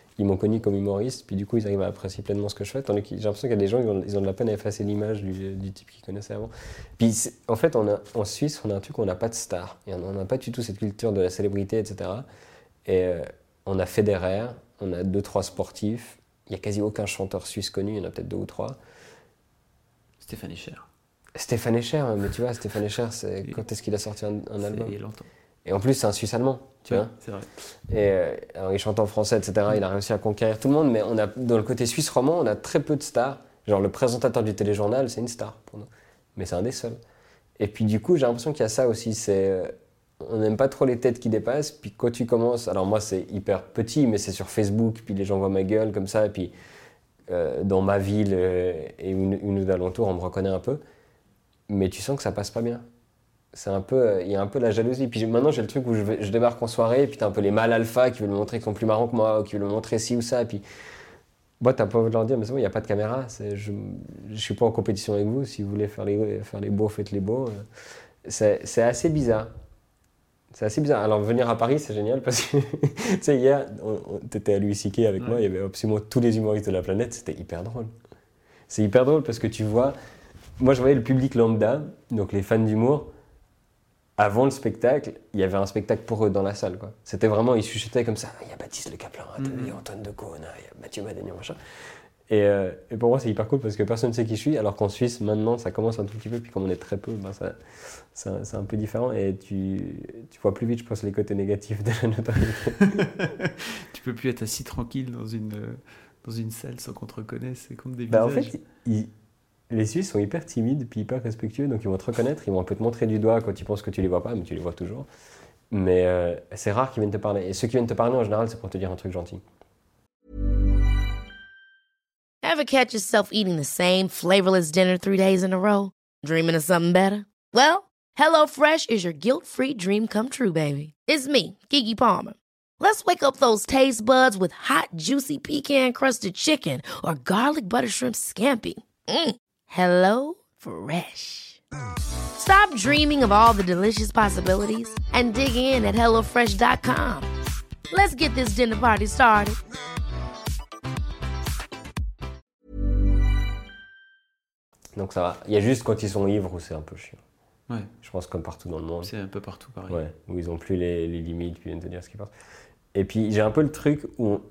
ils m'ont connu comme humoriste, puis du coup, ils arrivent à apprécier pleinement ce que je fais. Tandis que j'ai l'impression qu'il y a des gens, ils ont de la peine à effacer l'image du type qu'ils connaissaient avant. Puis en fait, en Suisse, on a un truc où on n'a pas de star. Et on n'a pas du tout cette culture de la célébrité, etc. Et on a Federer, on a 2-3 sportifs. Il n'y a quasi aucun chanteur suisse connu, il y en a peut-être 2 ou 3. Stéphane Escher. Stéphane Escher, mais tu vois, Stéphane Escher, quand est-ce qu'il a sorti un album ? Il y a longtemps. Et en plus, c'est un Suisse allemand, tu vois. C'est vrai. Et alors, il chante en français, etc. Il a réussi à conquérir tout le monde, mais dans le côté suisse roman, on a très peu de stars. Genre, le présentateur du téléjournal, c'est une star pour nous. Mais c'est un des seuls. Et puis, du coup, j'ai l'impression qu'il y a ça aussi. On n'aime pas trop les têtes qui dépassent. Puis, quand tu commences. Alors, moi, c'est hyper petit, mais c'est sur Facebook. Puis, les gens voient ma gueule comme ça. Et puis, dans ma ville et une ou d'alentour, on me reconnaît un peu. Mais tu sens que ça passe pas bien. Il y a un peu la jalousie. Puis maintenant, j'ai le truc où je débarque en soirée, et puis t'as un peu les mâles alpha qui veulent me montrer qu'ils sont plus marrants que moi, ou qui veulent me montrer ci ou ça. Et puis, moi, t'as pas envie de leur dire, mais c'est bon, il n'y a pas de caméra. Je suis pas en compétition avec vous. Si vous voulez faire les beaux, faites les beaux. C'est assez bizarre. C'est assez bizarre. Alors, venir à Paris, c'est génial parce que, tu sais, hier, t'étais à Louis C.K. avec moi, il y avait absolument tous les humoristes de la planète. C'était hyper drôle. C'est hyper drôle parce que tu vois. Moi, je voyais le public lambda, donc les fans d'humour. Avant le spectacle, il y avait un spectacle pour eux dans la salle, quoi. C'était vraiment, ils chuchotaient comme ça. Il y a Baptiste Le Caplin, il y a Antoine Decaune, il y a Mathieu Madénian, machin. Et pour moi, c'est hyper cool parce que personne ne sait qui je suis. Alors qu'en Suisse, maintenant, ça commence un tout petit peu. Puis comme on est très peu, c'est un peu différent. Et tu vois plus vite, je pense, les côtés négatifs de la notoriété. Tu peux plus être assis tranquille dans une salle sans qu'on te reconnaisse. C'est comme des visages. En fait, les Suisses sont hyper timides puis hyper respectueux, donc ils vont te reconnaître, ils vont un peu te montrer du doigt quand ils pensent que tu les vois pas, mais tu les vois toujours. Mais c'est rare qu'ils viennent te parler. Et ceux qui viennent te parler, en général, c'est pour te dire un truc gentil. Ever catch yourself eating the same flavorless dinner 3 days in a row? Dreaming of something better? Well, HelloFresh is your guilt-free dream come true, baby. It's me, Keke Palmer. Let's wake up those taste buds with hot, juicy pecan-crusted chicken or garlic butter shrimp scampi. Hello Fresh. Stop dreaming of all the delicious possibilities and dig in at HelloFresh.com. Let's get this dinner party started. Donc ça va. Il y a juste quand ils sont ivres où c'est un peu chiant. Ouais. Je pense comme partout dans le monde. C'est un peu partout pareil. Ouais, où ils n'ont plus les limites, puis ils viennent te dire ce qu'ils pensent. Et puis j'ai un peu le truc où,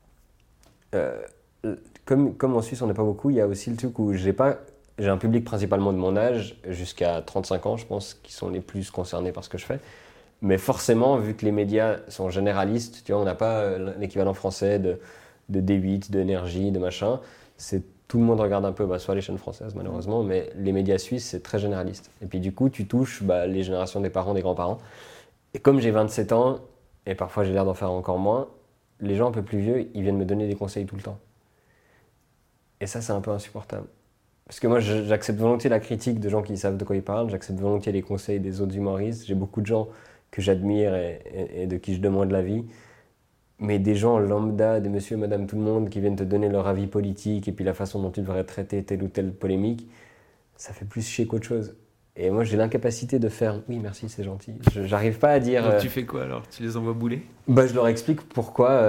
comme en Suisse on n'est pas beaucoup, il y a aussi le truc où j'ai un public principalement de mon âge, jusqu'à 35 ans je pense, qui sont les plus concernés par ce que je fais. Mais forcément, vu que les médias sont généralistes, tu vois, on n'a pas l'équivalent français de D8, d'énergie, de machin. Tout le monde regarde un peu, soit les chaînes françaises malheureusement, mais les médias suisses, c'est très généraliste. Et puis du coup, tu touches les générations des parents, des grands-parents. Et comme j'ai 27 ans, et parfois j'ai l'air d'en faire encore moins, les gens un peu plus vieux, ils viennent me donner des conseils tout le temps. Et ça, c'est un peu insupportable. Parce que moi, j'accepte volontiers la critique de gens qui savent de quoi ils parlent, j'accepte volontiers les conseils des autres humoristes, j'ai beaucoup de gens que j'admire et de qui je demande l'avis. Mais des gens lambda, des monsieur et madame tout le monde qui viennent te donner leur avis politique et puis la façon dont tu devrais traiter telle ou telle polémique, ça fait plus chier qu'autre chose. Et moi, j'ai l'incapacité de faire « oui, merci, c'est gentil ». J'arrive pas à dire… Donc, tu fais quoi alors ? Tu les envoies bouler ? Je leur explique pourquoi…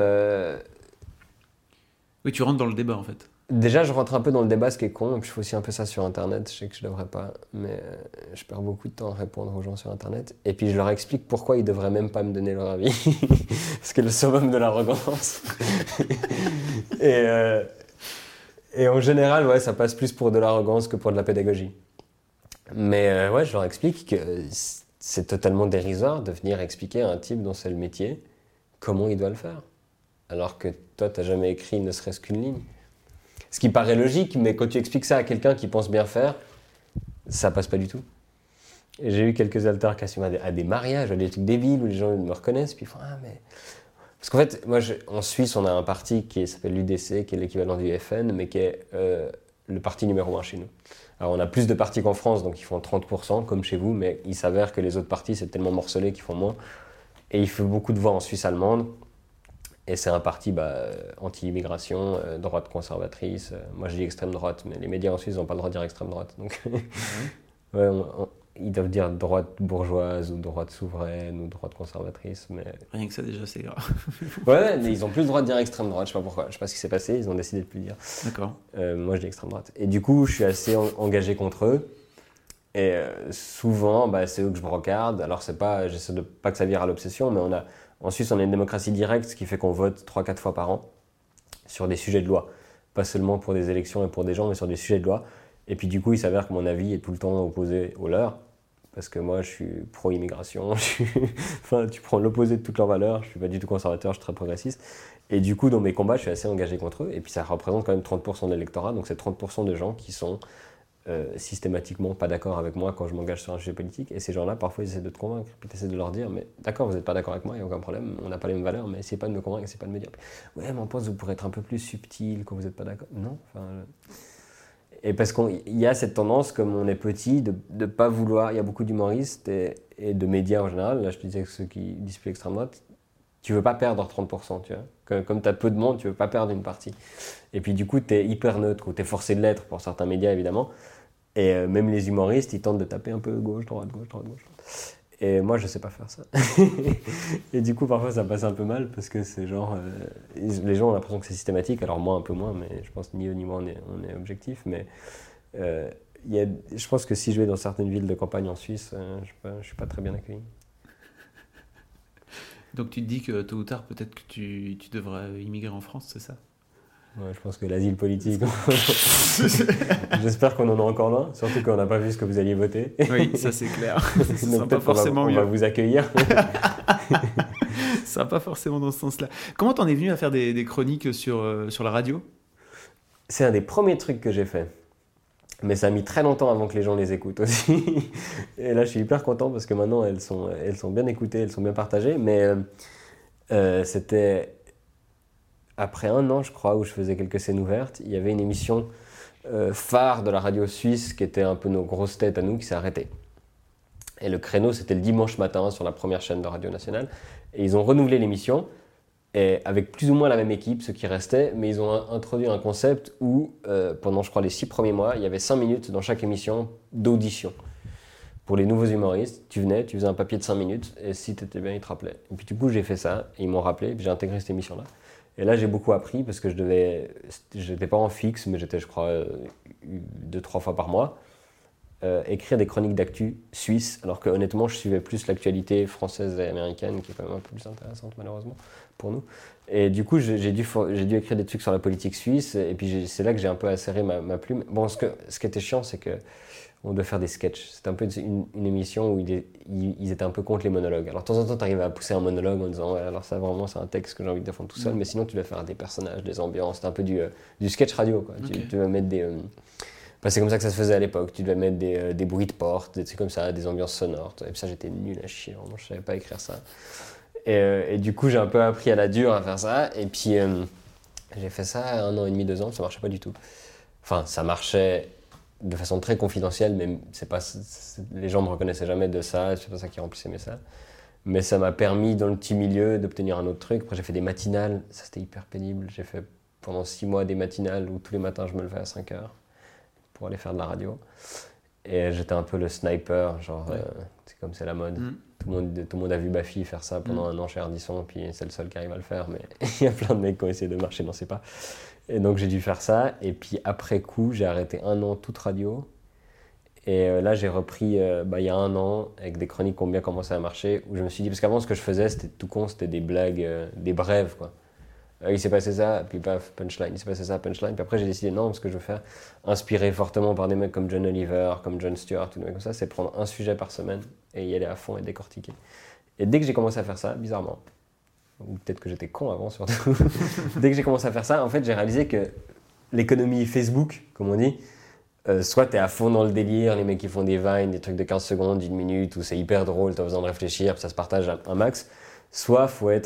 Oui, tu rentres dans le débat en fait. Déjà, je rentre un peu dans le débat, ce qui est con, et puis je fais aussi un peu ça sur Internet. Je sais que je devrais pas, mais je perds beaucoup de temps à répondre aux gens sur Internet. Et puis je leur explique pourquoi ils devraient même pas me donner leur avis, parce que le summum de l'arrogance. et en général, ouais, ça passe plus pour de l'arrogance que pour de la pédagogie. Mais ouais, je leur explique que c'est totalement dérisoire de venir expliquer à un type dont c'est le métier comment il doit le faire, alors que toi, t'as jamais écrit ne serait-ce qu'une ligne. Ce qui paraît logique, mais quand tu expliques ça à quelqu'un qui pense bien faire, ça passe pas du tout. Et j'ai eu quelques altercations à des mariages, à des trucs débiles où les gens me reconnaissent, puis ils font « Ah, mais… » Parce qu'en fait, moi, en Suisse, on a un parti qui s'appelle l'UDC, qui est l'équivalent du FN, mais qui est le parti numéro 1 chez nous. Alors, on a plus de partis qu'en France, donc ils font 30%, comme chez vous, mais il s'avère que les autres partis, c'est tellement morcelé qu'ils font moins. Et il fait beaucoup de voix en Suisse allemande. Et c'est un parti anti-immigration, droite conservatrice. Moi, je dis extrême droite, mais les médias en Suisse n'ont pas le droit de dire extrême droite. Donc, ouais, ils doivent dire droite bourgeoise ou droite souveraine ou droite conservatrice. Mais... Rien que ça, déjà, c'est grave. Ouais, mais ils ont plus le droit de dire extrême droite, je sais pas pourquoi. Je sais pas ce qui s'est passé, ils ont décidé de plus le dire. D'accord. Moi, je dis extrême droite. Et du coup, je suis assez engagé contre eux. Et souvent, c'est eux que je brocarde. Alors, j'essaie de pas que ça vire à l'obsession, mais en Suisse, on a une démocratie directe, ce qui fait qu'on vote 3-4 fois par an sur des sujets de loi. Pas seulement pour des élections et pour des gens, mais sur des sujets de loi. Et puis du coup, il s'avère que mon avis est tout le temps opposé au leur. Parce que moi, je suis pro-immigration. Enfin, tu prends l'opposé de toutes leurs valeurs. Je suis pas du tout conservateur, je suis très progressiste. Et du coup, dans mes combats, je suis assez engagé contre eux. Et puis ça représente quand même 30% de l'électorat. Donc c'est 30% de gens qui sont systématiquement pas d'accord avec moi quand je m'engage sur un sujet politique. Et ces gens-là, parfois, ils essaient de te convaincre. Puis tu essaies de leur dire, mais d'accord, vous n'êtes pas d'accord avec moi, il n'y a aucun problème, on n'a pas les mêmes valeurs, mais essayez pas de me convaincre, essayez pas de me dire, ouais, mais on pense que vous pourrez être un peu plus subtil quand vous n'êtes pas d'accord. Non. Et parce qu'il y a cette tendance, comme on est petit, de ne pas vouloir. Il y a beaucoup d'humoristes et de médias en général. Là, je te disais que ceux qui disent plus extrême droite, tu ne veux pas perdre 30%, tu vois. Comme tu as peu de monde, tu ne veux pas perdre une partie. Et puis du coup, tu es hyper neutre, ou tu es forcé de l'être pour certains médias, évidemment. Et même les humoristes, ils tentent de taper un peu gauche, droite, gauche, droite, gauche. Et moi, je ne sais pas faire ça. Et du coup, parfois, ça passe un peu mal parce que c'est genre... les gens ont l'impression que c'est systématique, alors moi, un peu moins, mais je pense ni eux ni moi, on est objectif. Mais je pense que si je vais dans certaines villes de campagne en Suisse, je ne suis pas très bien accueilli. Donc tu te dis que tôt ou tard, peut-être que tu devrais immigrer en France, c'est ça? Ouais, je pense que l'asile politique, j'espère qu'on en est encore loin, surtout qu'on n'a pas vu ce que vous alliez voter. Oui, ça c'est clair. Ça Donc sera pas forcément mieux. On va vous accueillir. Ça va pas forcément dans ce sens-là. Comment t'en es venu à faire des chroniques sur la radio? C'est un des premiers trucs que j'ai fait. Mais ça a mis très longtemps avant que les gens les écoutent aussi. Et là, je suis hyper content parce que maintenant, elles sont bien écoutées, elles sont bien partagées. Mais c'était... Après 1 an, je crois, où je faisais quelques scènes ouvertes, il y avait une émission phare de la radio suisse qui était un peu nos grosses têtes à nous, qui s'est arrêtée. Et le créneau, c'était le dimanche matin sur la première chaîne de Radio Nationale. Et ils ont renouvelé l'émission, et avec plus ou moins la même équipe, ceux qui restaient, mais ils ont introduit un concept où, pendant, je crois, les 6 premiers mois, il y avait 5 minutes dans chaque émission d'audition. Pour les nouveaux humoristes, tu venais, tu faisais un papier de 5 minutes, et si tu étais bien, ils te rappelaient. Et puis du coup, j'ai fait ça, et ils m'ont rappelé, et puis j'ai intégré cette émission-là. Et là, j'ai beaucoup appris parce que j'étais pas en fixe, mais j'étais, je crois, 2-3 fois par mois, écrire des chroniques d'actu suisse, alors que honnêtement, je suivais plus l'actualité française et américaine, qui est quand même un peu plus intéressante, malheureusement, pour nous. Et du coup, j'ai dû écrire des trucs sur la politique suisse, et puis c'est là que j'ai un peu acéré ma plume. Bon, ce qui était chiant, c'est que on devait faire des sketchs. C'était un peu une émission où ils étaient un peu contre les monologues. Alors de temps en temps, tu arrivais à pousser un monologue en disant ouais, alors ça vraiment c'est un texte que j'ai envie de défendre tout seul, mais sinon tu devais faire des personnages, des ambiances. C'était un peu du sketch radio, quoi. Okay. Tu devais mettre des... c'est comme ça que ça se faisait à l'époque. Tu devais mettre des bruits de porte, des trucs comme ça, des ambiances sonores. Et puis ça, j'étais nul à chier. Vraiment, je savais pas écrire ça. Et du coup, j'ai un peu appris à la dure à faire ça. Et puis j'ai fait ça 1 an et demi, 2 ans. Ça marchait pas du tout. Enfin, ça marchait de façon très confidentielle, mais les gens ne me reconnaissaient jamais de ça, c'est pas ça qui remplissait mes salles. Mais ça m'a permis, dans le petit milieu, d'obtenir un autre truc. Après, j'ai fait des matinales, ça c'était hyper pénible. J'ai fait pendant 6 mois des matinales où tous les matins je me levais à 5 heures pour aller faire de la radio. Et j'étais un peu le sniper, genre, c'est comme c'est la mode. Tout le monde a vu Baffy faire ça pendant 1 an chez Ardisson, puis c'est le seul qui arrive à le faire, mais il y a plein de mecs qui ont essayé de marcher dans ses pas. Et donc j'ai dû faire ça, et puis après coup, j'ai arrêté 1 an toute radio. Et là, j'ai repris il y a 1 an, avec des chroniques qui ont bien commencé à marcher, où je me suis dit, parce qu'avant, ce que je faisais, c'était tout con, c'était des blagues, des brèves, quoi. Il s'est passé ça, puis paf, punchline, il s'est passé ça, punchline. Puis après, j'ai décidé, non, ce que je veux faire, inspiré fortement par des mecs comme John Oliver, comme Jon Stewart, tout des mecs comme ça, c'est prendre un sujet par semaine et y aller à fond et décortiquer. Et dès que j'ai commencé à faire ça, bizarrement, ou peut-être que j'étais con avant surtout, dès que j'ai commencé à faire ça, en fait, j'ai réalisé que l'économie Facebook, comme on dit, soit t'es à fond dans le délire, les mecs qui font des vines, des trucs de 15 secondes, 1 minute, où c'est hyper drôle, t'as besoin de réfléchir, puis ça se partage un max, soit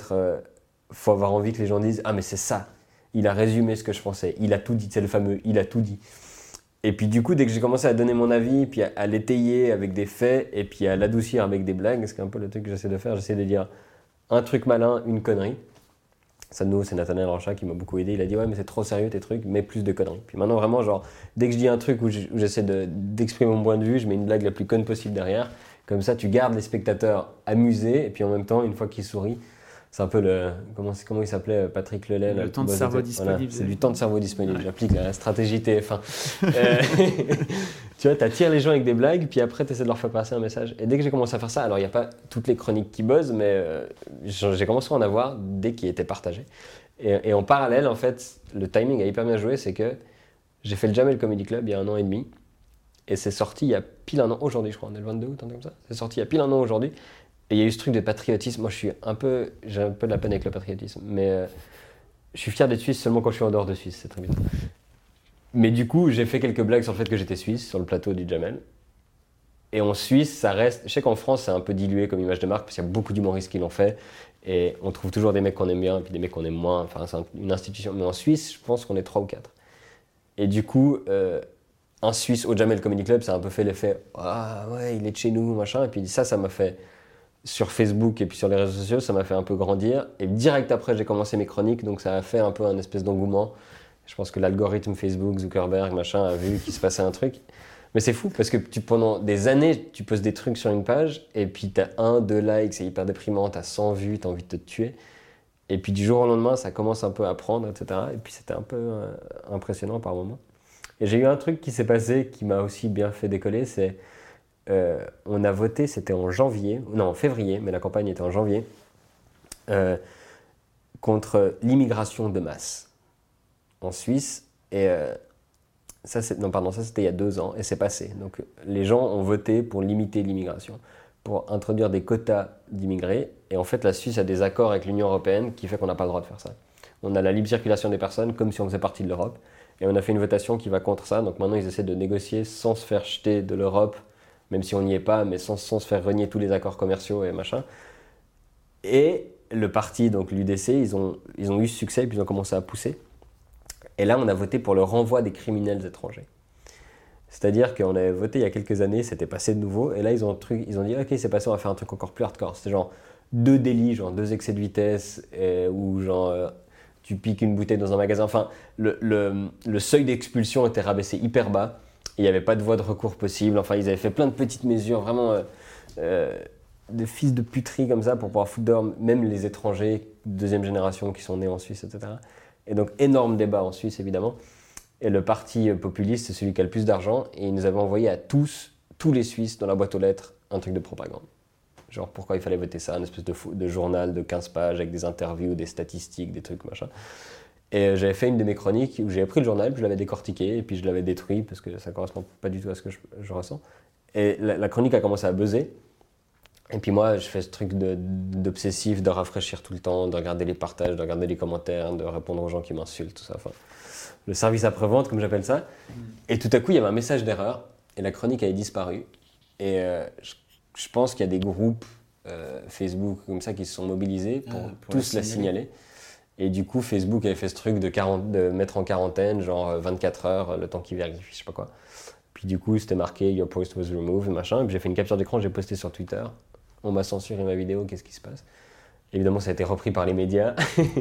faut avoir envie que les gens disent « Ah, mais c'est ça, il a résumé ce que je pensais, il a tout dit, c'est le fameux, il a tout dit. » Et puis du coup, dès que j'ai commencé à donner mon avis, puis à l'étayer avec des faits, et puis à l'adoucir avec des blagues, c'est un peu le truc que j'essaie de faire, j'essaie de dire un truc malin, une connerie. Ça de nouveau, c'est Nathanaël Ranchat qui m'a beaucoup aidé. Il a dit ouais mais c'est trop sérieux tes trucs, mets plus de conneries. Puis maintenant vraiment genre dès que je dis un truc où j'essaie d'exprimer mon point de vue, je mets une blague la plus conne possible derrière. Comme ça tu gardes les spectateurs amusés et puis en même temps une fois qu'ils sourient, c'est un peu le comment il s'appelait Patrick Lelay. Le temps de cerveau disponible. Voilà, c'est du temps de cerveau disponible. Ouais. J'applique la stratégie TF1. Tu vois, t'attires les gens avec des blagues, puis après t'essaies de leur faire passer un message. Et dès que j'ai commencé à faire ça, alors il n'y a pas toutes les chroniques qui buzzent, mais j'ai commencé à en avoir dès qu'ils étaient partagés. Et en parallèle, en fait, le timing a hyper bien joué, c'est que j'ai fait le Jamel Comedy Club il y a 1 an et demi, et c'est sorti il y a pile 1 an aujourd'hui, je crois, on est le 22 août, un truc comme ça. C'est sorti il y a pile 1 an aujourd'hui. Et il y a eu ce truc de patriotisme. Moi, j'ai un peu de la peine avec le patriotisme, mais je suis fier d'être suisse seulement quand je suis en dehors de Suisse, c'est très bien. Mais du coup, j'ai fait quelques blagues sur le fait que j'étais suisse, sur le plateau du Jamel. Et en Suisse, ça reste... Je sais qu'en France, c'est un peu dilué comme image de marque, parce qu'il y a beaucoup d'humoristes qui l'ont fait, et on trouve toujours des mecs qu'on aime bien, et puis des mecs qu'on aime moins. Enfin, c'est une institution. Mais en Suisse, je pense qu'on est 3 ou 4. Et du coup... un Suisse au Jamel Comedy Club, ça a un peu fait l'effet « Ah ouais, il est de chez nous, machin ». Et puis ça m'a fait, sur Facebook et puis sur les réseaux sociaux, ça m'a fait un peu grandir. Et direct après, j'ai commencé mes chroniques, donc ça a fait un peu un espèce d'engouement. Je pense que l'algorithme Facebook, Zuckerberg, machin, a vu qu'il se passait un truc. Mais c'est fou, parce que pendant des années, tu poses des trucs sur une page, et puis t'as 1, 2 likes, c'est hyper déprimant, t'as 100 vues, t'as envie de te tuer. Et puis du jour au lendemain, ça commence un peu à prendre, etc. Et puis c'était un peu impressionnant par moments. Et j'ai eu un truc qui s'est passé qui m'a aussi bien fait décoller, c'est on a voté, c'était en février, mais la campagne était en janvier, contre l'immigration de masse en Suisse. Et ça c'était il y a 2 ans et c'est passé. Donc les gens ont voté pour limiter l'immigration, pour introduire des quotas d'immigrés. Et en fait, la Suisse a des accords avec l'Union européenne qui fait qu'on n'a pas le droit de faire ça. On a la libre circulation des personnes comme si on faisait partie de l'Europe. Et on a fait une votation qui va contre ça. Donc maintenant, ils essaient de négocier sans se faire jeter de l'Europe, même si on n'y est pas, mais sans se faire renier tous les accords commerciaux et machin. Et le parti, donc l'UDC, ils ont eu ce succès et puis ils ont commencé à pousser. Et là, on a voté pour le renvoi des criminels étrangers. C'est-à-dire qu'on avait voté il y a quelques années, c'était passé de nouveau. Et là, ils ont dit, ok, c'est passé, on va faire un truc encore plus hardcore. C'était genre 2 délits, genre 2 excès de vitesse, ou genre... tu piques une bouteille dans un magasin. Enfin, le seuil d'expulsion était rabaissé hyper bas. Il n'y avait pas de voie de recours possible. Enfin, ils avaient fait plein de petites mesures, vraiment de fils de puterie comme ça pour pouvoir foutre dehors même les étrangers de 2e génération qui sont nés en Suisse, etc. Et donc, énorme débat en Suisse, évidemment. Et le parti populiste, c'est celui qui a le plus d'argent. Et ils nous avaient envoyé à tous les Suisses, dans la boîte aux lettres, un truc de propagande. Genre pourquoi il fallait voter ça, une espèce de journal de 15 pages avec des interviews, des statistiques, des trucs machin. Et j'avais fait une de mes chroniques où j'avais pris le journal, puis je l'avais décortiqué et puis je l'avais détruit parce que ça ne correspond pas du tout à ce que je ressens. Et la chronique a commencé à buzzer. Et puis moi, je fais ce truc d'obsessif, de rafraîchir tout le temps, de regarder les partages, de regarder les commentaires, de répondre aux gens qui m'insultent, tout ça. Enfin, le service après-vente, comme j'appelle ça. Et tout à coup, il y avait un message d'erreur et la chronique avait disparu. Et je pense qu'il y a des groupes Facebook comme ça qui se sont mobilisés pour tous la signaler. Et du coup, Facebook avait fait ce truc de mettre en quarantaine, genre 24 heures, le temps qu'ils vérifient, je sais pas quoi. Puis du coup, c'était marqué « Your post was removed », machin. Et puis j'ai fait une capture d'écran, j'ai posté sur Twitter. On m'a censuré ma vidéo, qu'est-ce qui se passe? Évidemment, ça a été repris par les médias.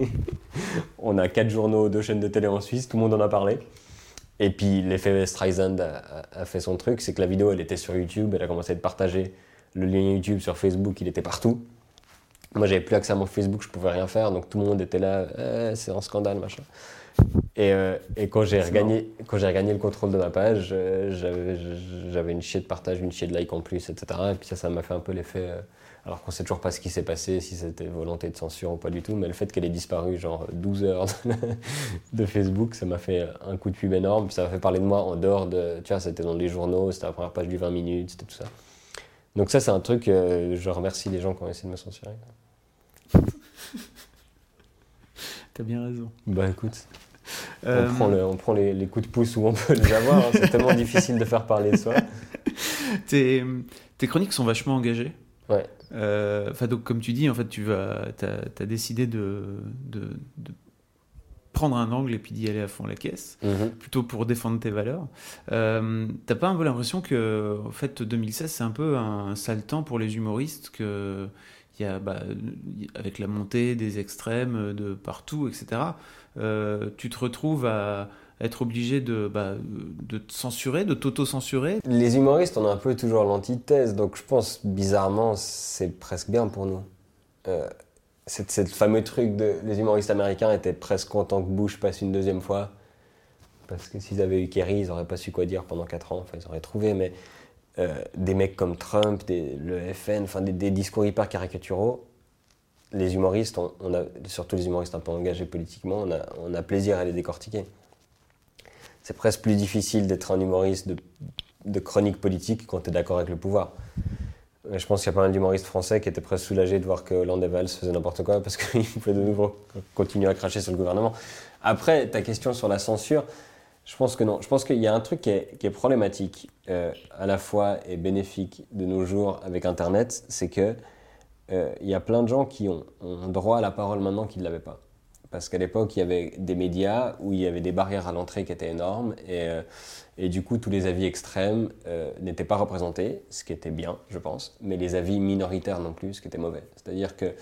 On a 4 journaux, 2 chaînes de télé en Suisse, tout le monde en a parlé. Et puis l'effet Streisand a fait son truc, c'est que la vidéo, elle était sur YouTube, elle a commencé à être partagée. Le lien YouTube sur Facebook, il était partout. Moi, j'avais plus accès à mon Facebook, je pouvais rien faire, donc tout le monde était là, c'est un scandale, machin. Et quand j'ai regagné le contrôle de ma page, j'avais une chier de partage, une chier de like en plus, etc. Et puis ça m'a fait un peu l'effet... alors qu'on sait toujours pas ce qui s'est passé, si c'était volonté de censure ou pas du tout, mais le fait qu'elle ait disparu genre 12 heures de Facebook, ça m'a fait un coup de pub énorme, puis ça m'a fait parler de moi en dehors de... Tu vois, c'était dans les journaux, c'était la première page du 20 minutes, c'était tout ça. Donc ça, c'est un truc, je remercie les gens qui ont essayé de me censurer. T'as bien raison. Bah écoute, on prend les coups de pouce où on peut les avoir, hein. C'est tellement difficile de faire parler de soi. Tes chroniques sont vachement engagées. Ouais. Donc comme tu dis, en fait, t'as décidé de prendre un angle et puis d'y aller à fond la caisse, plutôt pour défendre tes valeurs. T'as pas un peu l'impression que, en fait, 2016, c'est un peu un sale temps pour les humoristes, avec la montée des extrêmes de partout, etc., tu te retrouves à être obligé de te censurer, de t'auto-censurer. Les humoristes, on a un peu toujours l'antithèse, donc je pense, bizarrement, c'est presque bien pour nous. C'est le fameux truc les humoristes américains étaient presque contents que Bush passe une deuxième fois, parce que s'ils avaient eu Kerry, ils n'auraient pas su quoi dire pendant 4 ans, enfin ils auraient trouvé, mais des mecs comme Trump, le FN, enfin des discours hyper caricaturaux, les humoristes, surtout les humoristes un peu engagés politiquement, on a plaisir à les décortiquer. C'est presque plus difficile d'être un humoriste de chronique politique quand tu es d'accord avec le pouvoir. Je pense qu'il y a pas mal d'humoristes français qui étaient presque soulagés de voir que Hollande et Valls faisaient n'importe quoi parce qu'ils pouvaient de nouveau continuer à cracher sur le gouvernement. Après, ta question sur la censure, je pense que non. Je pense qu'il y a un truc qui est problématique, à la fois et bénéfique de nos jours avec Internet, c'est que il y a plein de gens qui ont droit à la parole maintenant qui ne l'avaient pas. Parce qu'à l'époque, il y avait des médias où il y avait des barrières à l'entrée qui étaient énormes et du coup, tous les avis extrêmes n'étaient pas représentés, ce qui était bien, je pense, mais les avis minoritaires non plus, ce qui était mauvais. C'est-à-dire que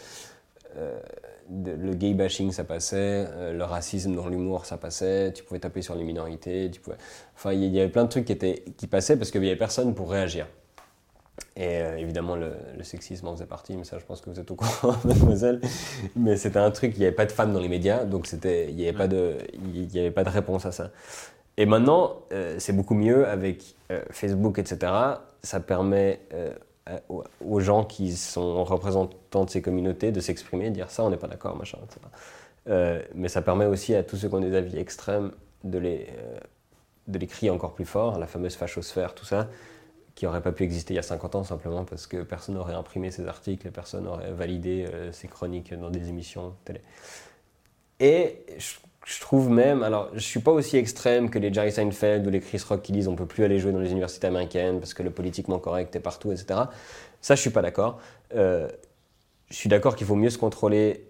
le gay bashing, ça passait, le racisme dans l'humour, ça passait, tu pouvais taper sur les minorités, enfin, il y avait plein de trucs qui passaient parce qu'il n'y avait personne pour réagir. Et évidemment, le sexisme en faisait partie, mais ça, je pense que vous êtes au courant, mademoiselle. Mais c'était un truc, il n'y avait pas de femmes dans les médias, donc il n'y avait pas de réponse à ça. Et maintenant, c'est beaucoup mieux avec Facebook, etc. Ça permet aux gens qui sont représentants de ces communautés de s'exprimer, de dire ça, on n'est pas d'accord, machin, etc. Mais ça permet aussi à tous ceux qui ont des avis extrêmes de les crier encore plus fort, la fameuse fachosphère, tout ça, qui n'aurait pas pu exister il y a 50 ans simplement parce que personne n'aurait imprimé ces articles et personne n'aurait validé ces chroniques dans des émissions télé. Et je trouve même, alors je ne suis pas aussi extrême que les Jerry Seinfeld ou les Chris Rock qui disent on ne peut plus aller jouer dans les universités américaines parce que le politiquement correct est partout, etc. Ça, je ne suis pas d'accord. Je suis d'accord qu'il faut mieux se contrôler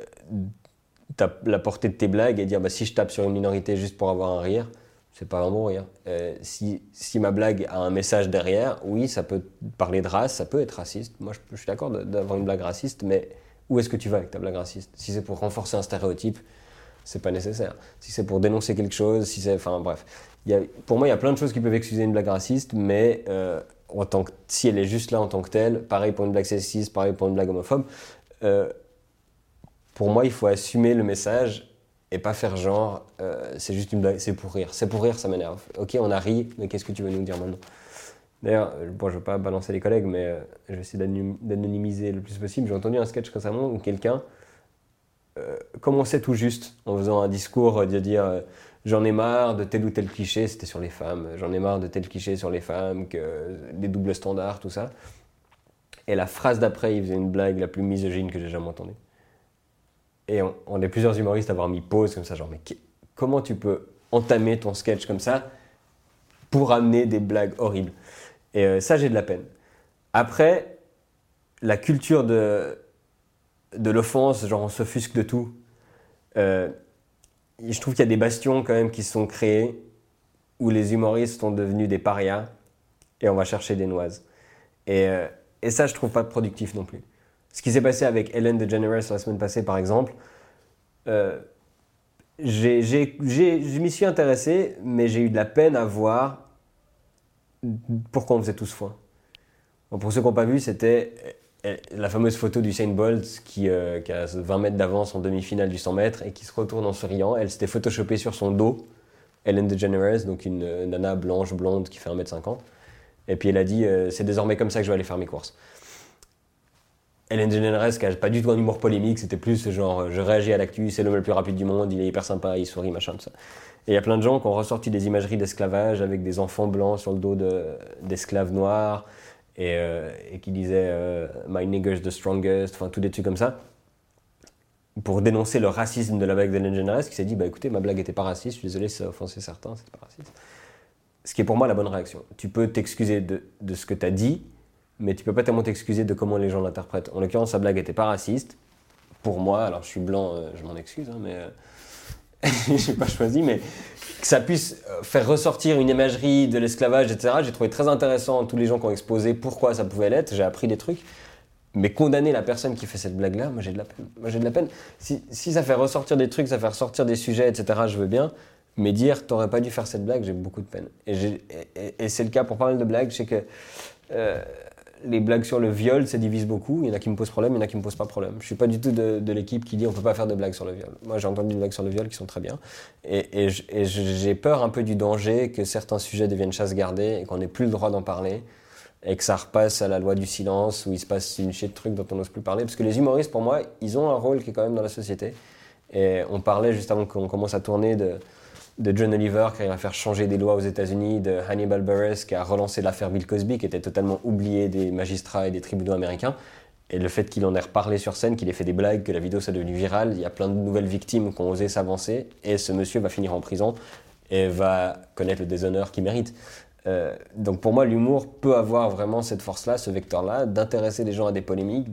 la portée de tes blagues et dire si je tape sur une minorité juste pour avoir un rire, c'est pas un bon rire. Si ma blague a un message derrière, oui, ça peut parler de race, ça peut être raciste. Moi, je suis d'accord d'avoir une blague raciste, mais où est-ce que tu vas avec ta blague raciste ? Si c'est pour renforcer un stéréotype, c'est pas nécessaire. Si c'est pour dénoncer quelque chose, enfin bref. Pour moi, il y a plein de choses qui peuvent excuser une blague raciste, mais si elle est juste là en tant que telle, pareil pour une blague sexiste, pareil pour une blague homophobe, pour moi, il faut assumer le message et pas faire genre, c'est juste une blague, c'est pour rire. C'est pour rire, ça m'énerve. Ok, on a ri, mais qu'est-ce que tu veux nous dire maintenant ? D'ailleurs, je ne veux pas balancer les collègues, mais je vais essayer d'anonymiser le plus possible. J'ai entendu un sketch récemment où quelqu'un commençait tout juste en faisant un discours de dire j'en ai marre de tel ou tel cliché, c'était sur les femmes, j'en ai marre de tel cliché sur les femmes, des doubles standards, tout ça. Et la phrase d'après, il faisait une blague la plus misogyne que j'ai jamais entendue. Et on est plusieurs humoristes à avoir mis pause comme ça, genre, mais comment tu peux entamer ton sketch comme ça pour amener des blagues horribles ? Et ça, j'ai de la peine. Après, la culture de l'offense, genre on s'offusque de tout. Je trouve qu'il y a des bastions quand même qui se sont créés où les humoristes sont devenus des parias et on va chercher des noises. Et ça, je trouve pas productif non plus. Ce qui s'est passé avec Ellen DeGeneres la semaine passée, par exemple, je m'y suis intéressé, mais j'ai eu de la peine à voir pourquoi on faisait tous foin. Bon, pour ceux qui n'ont pas vu, c'était la fameuse photo d'Usain Bolt qui a 20 mètres d'avance en demi-finale du 100 mètres et qui se retourne en souriant. Elle s'était photoshopée sur son dos, Ellen DeGeneres, donc une nana blanche, blonde qui fait 1m50. Et puis elle a dit c'est désormais comme ça que je vais aller faire mes courses. Ellen DeGeneres, qui n'a pas du tout un humour polémique, c'était plus genre je réagis à l'actu, c'est l'homme le plus rapide du monde, il est hyper sympa, il sourit, machin, tout ça. Et il y a plein de gens qui ont ressorti des imageries d'esclavage avec des enfants blancs sur le dos d'esclaves noirs et qui disaient My nigger's the strongest, enfin tous des trucs comme ça, pour dénoncer le racisme de la blague d'Ellen DeGeneres, qui s'est dit écoutez, ma blague n'était pas raciste, je suis désolé si ça a offensé certains, c'était pas raciste. Ce qui est pour moi la bonne réaction. Tu peux t'excuser de ce que tu as dit, mais tu peux pas tellement t'excuser de comment les gens l'interprètent. En l'occurrence, sa blague n'était pas raciste. Pour moi, alors je suis blanc, je m'en excuse, mais je n'ai pas choisi, mais que ça puisse faire ressortir une imagerie de l'esclavage, etc. J'ai trouvé très intéressant tous les gens qui ont exposé pourquoi ça pouvait l'être. J'ai appris des trucs. Mais condamner la personne qui fait cette blague-là, moi j'ai de la peine. Si ça fait ressortir des trucs, ça fait ressortir des sujets, etc., je veux bien. Mais dire t'aurais pas dû faire cette blague, j'ai beaucoup de peine. Et c'est le cas pour pas mal de blagues. Je sais que les blagues sur le viol, ça divise beaucoup. Il y en a qui me posent problème, il y en a qui me posent pas problème. Je suis pas du tout de l'équipe qui dit on peut pas faire de blagues sur le viol. Moi j'ai entendu des blagues sur le viol qui sont très bien. Et j'ai peur un peu du danger que certains sujets deviennent chasse gardée et qu'on n'ait plus le droit d'en parler. Et que ça repasse à la loi du silence, où il se passe une chier de trucs dont on n'ose plus parler. Parce que les humoristes, pour moi, ils ont un rôle qui est quand même dans la société. Et on parlait juste avant qu'on commence à tourner de John Oliver qui arrive à faire changer des lois aux États-Unis, de Hannibal Buress qui a relancé l'affaire Bill Cosby, qui était totalement oubliée des magistrats et des tribunaux américains. Et le fait qu'il en ait reparlé sur scène, qu'il ait fait des blagues, que la vidéo soit devenue virale, il y a plein de nouvelles victimes qui ont osé s'avancer. Et ce monsieur va finir en prison et va connaître le déshonneur qu'il mérite. Donc pour moi, l'humour peut avoir vraiment cette force-là, ce vecteur-là, d'intéresser les gens à des polémiques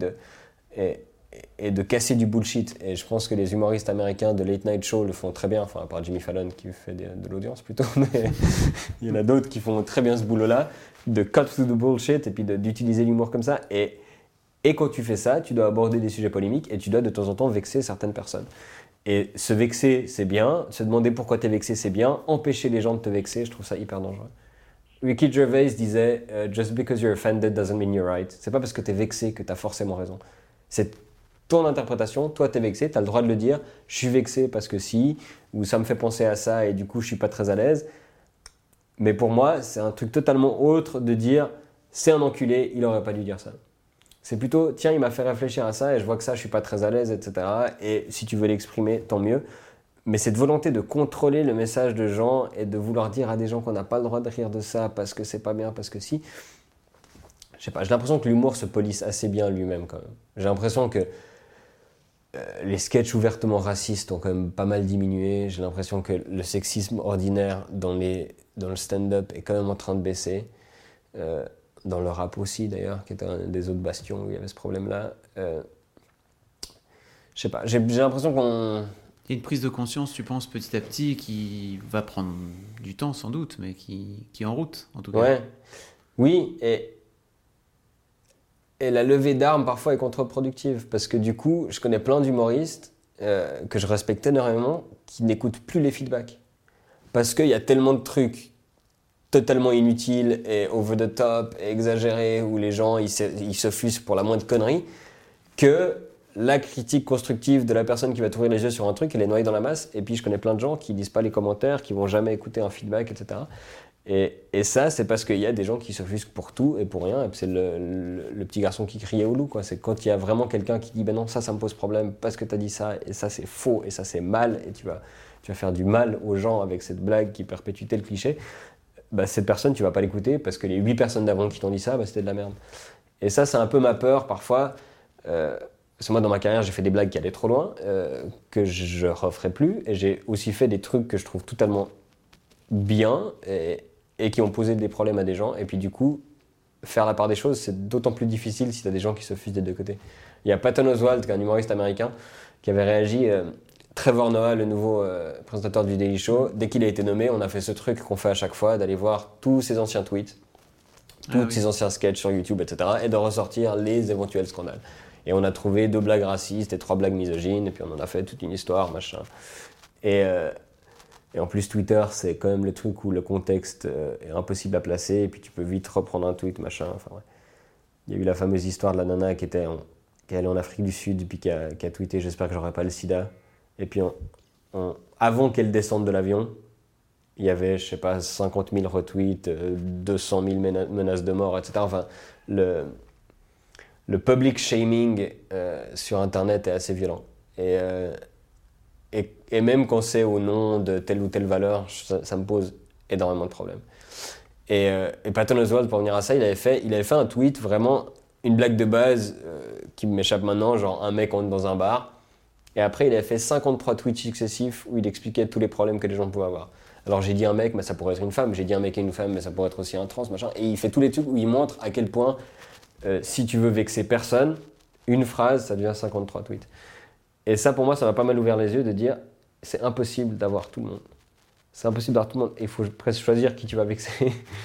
et de casser du bullshit. Et je pense que les humoristes américains de Late Night Show le font très bien, enfin à part Jimmy Fallon qui fait de l'audience plutôt, mais il y en a d'autres qui font très bien ce boulot-là, de cut through the bullshit et puis d'utiliser l'humour comme ça. Et quand tu fais ça, tu dois aborder des sujets polémiques et tu dois de temps en temps vexer certaines personnes. Et se vexer, c'est bien. Se demander pourquoi t'es vexé, c'est bien. Empêcher les gens de te vexer, je trouve ça hyper dangereux. Ricky Gervais disait Just because you're offended doesn't mean you're right. C'est pas parce que t'es vexé que t'as forcément raison. C'est ton interprétation, toi t'es vexé, t'as le droit de le dire. Je suis vexé parce que si, ou ça me fait penser à ça et du coup je suis pas très à l'aise. Mais pour moi, c'est un truc totalement autre de dire c'est un enculé, il aurait pas dû dire ça. C'est plutôt tiens, il m'a fait réfléchir à ça et je vois que ça, je suis pas très à l'aise, etc. Et si tu veux l'exprimer, tant mieux. Mais cette volonté de contrôler le message de gens et de vouloir dire à des gens qu'on n'a pas le droit de rire de ça parce que c'est pas bien, parce que si. Je sais pas, j'ai l'impression que l'humour se police assez bien lui-même quand même. J'ai l'impression que les sketchs ouvertement racistes ont quand même pas mal diminué. J'ai l'impression que le sexisme ordinaire dans le stand-up est quand même en train de baisser. Dans le rap aussi d'ailleurs, qui était un des autres bastions où il y avait ce problème-là. Je sais pas, j'ai l'impression qu'on... Il y a une prise de conscience, tu penses, petit à petit, qui va prendre du temps sans doute, mais qui est en route, en tout cas. Ouais. Oui, et la levée d'armes, parfois, est contre-productive. Parce que du coup, je connais plein d'humoristes que je respecte énormément, qui n'écoutent plus les feedbacks. Parce qu'il y a tellement de trucs totalement inutiles et over the top et exagérés, où les gens, ils s'offusquent pour la moindre connerie, que... la critique constructive de la personne qui va t'ouvrir les yeux sur un truc, elle est noyée dans la masse. Et puis je connais plein de gens qui lisent pas les commentaires, qui vont jamais écouter un feedback, etc. Et ça, c'est parce qu'il y a des gens qui s'offusquent pour tout et pour rien. Et puis c'est le petit garçon qui criait au loup, quoi. C'est quand il y a vraiment quelqu'un qui dit ben non, ça me pose problème parce que tu as dit ça, et ça c'est faux, et ça c'est mal, et tu vas faire du mal aux gens avec cette blague qui perpétue tel cliché. Bah, cette personne, tu vas pas l'écouter parce que les 8 personnes d'avant qui t'ont dit ça, bah, c'était de la merde. Et ça, c'est un peu ma peur parfois. Parce que moi, dans ma carrière, j'ai fait des blagues qui allaient trop loin, que je ne referai plus. Et j'ai aussi fait des trucs que je trouve totalement bien et qui ont posé des problèmes à des gens. Et puis du coup, faire la part des choses, c'est d'autant plus difficile si tu as des gens qui se fusent des deux côtés. Il y a Patton Oswalt, qui est un humoriste américain, qui avait réagi. Trevor Noah, le nouveau présentateur du Daily Show, dès qu'il a été nommé, on a fait ce truc qu'on fait à chaque fois, d'aller voir tous ses anciens tweets, tous ses anciens sketchs sur YouTube, etc. et de ressortir les éventuels scandales. Et on a trouvé 2 blagues racistes et 3 blagues misogynes, et puis on en a fait toute une histoire, machin. Et en plus, Twitter, c'est quand même le truc où le contexte est impossible à placer, et puis tu peux vite reprendre un tweet, machin. Enfin, ouais. Il y a eu la fameuse histoire de la nana qui est allée en Afrique du Sud, puis qui a tweeté « J'espère que j'aurai pas le sida ». Et puis, avant qu'elle descende de l'avion, il y avait, je sais pas, 50 000 retweets, 200 000 menaces de mort, etc. Enfin, le public shaming sur Internet est assez violent. Et même quand c'est au nom de telle ou telle valeur, ça me pose énormément de problèmes. Et Patton Oswalt, pour revenir à ça, il avait fait un tweet, vraiment une blague de base qui m'échappe maintenant, genre un mec entre dans un bar. Et après, il avait fait 53 tweets successifs où il expliquait tous les problèmes que les gens pouvaient avoir. Alors j'ai dit un mec, mais ça pourrait être une femme. J'ai dit un mec et une femme, mais ça pourrait être aussi un trans, machin. Et il fait tous les trucs où il montre à quel point... si tu veux vexer personne, une phrase, ça devient 53 tweets. Et ça, pour moi, ça m'a pas mal ouvert les yeux de dire c'est impossible d'avoir tout le monde. C'est impossible d'avoir tout le monde. Il faut presque choisir qui tu vas vexer.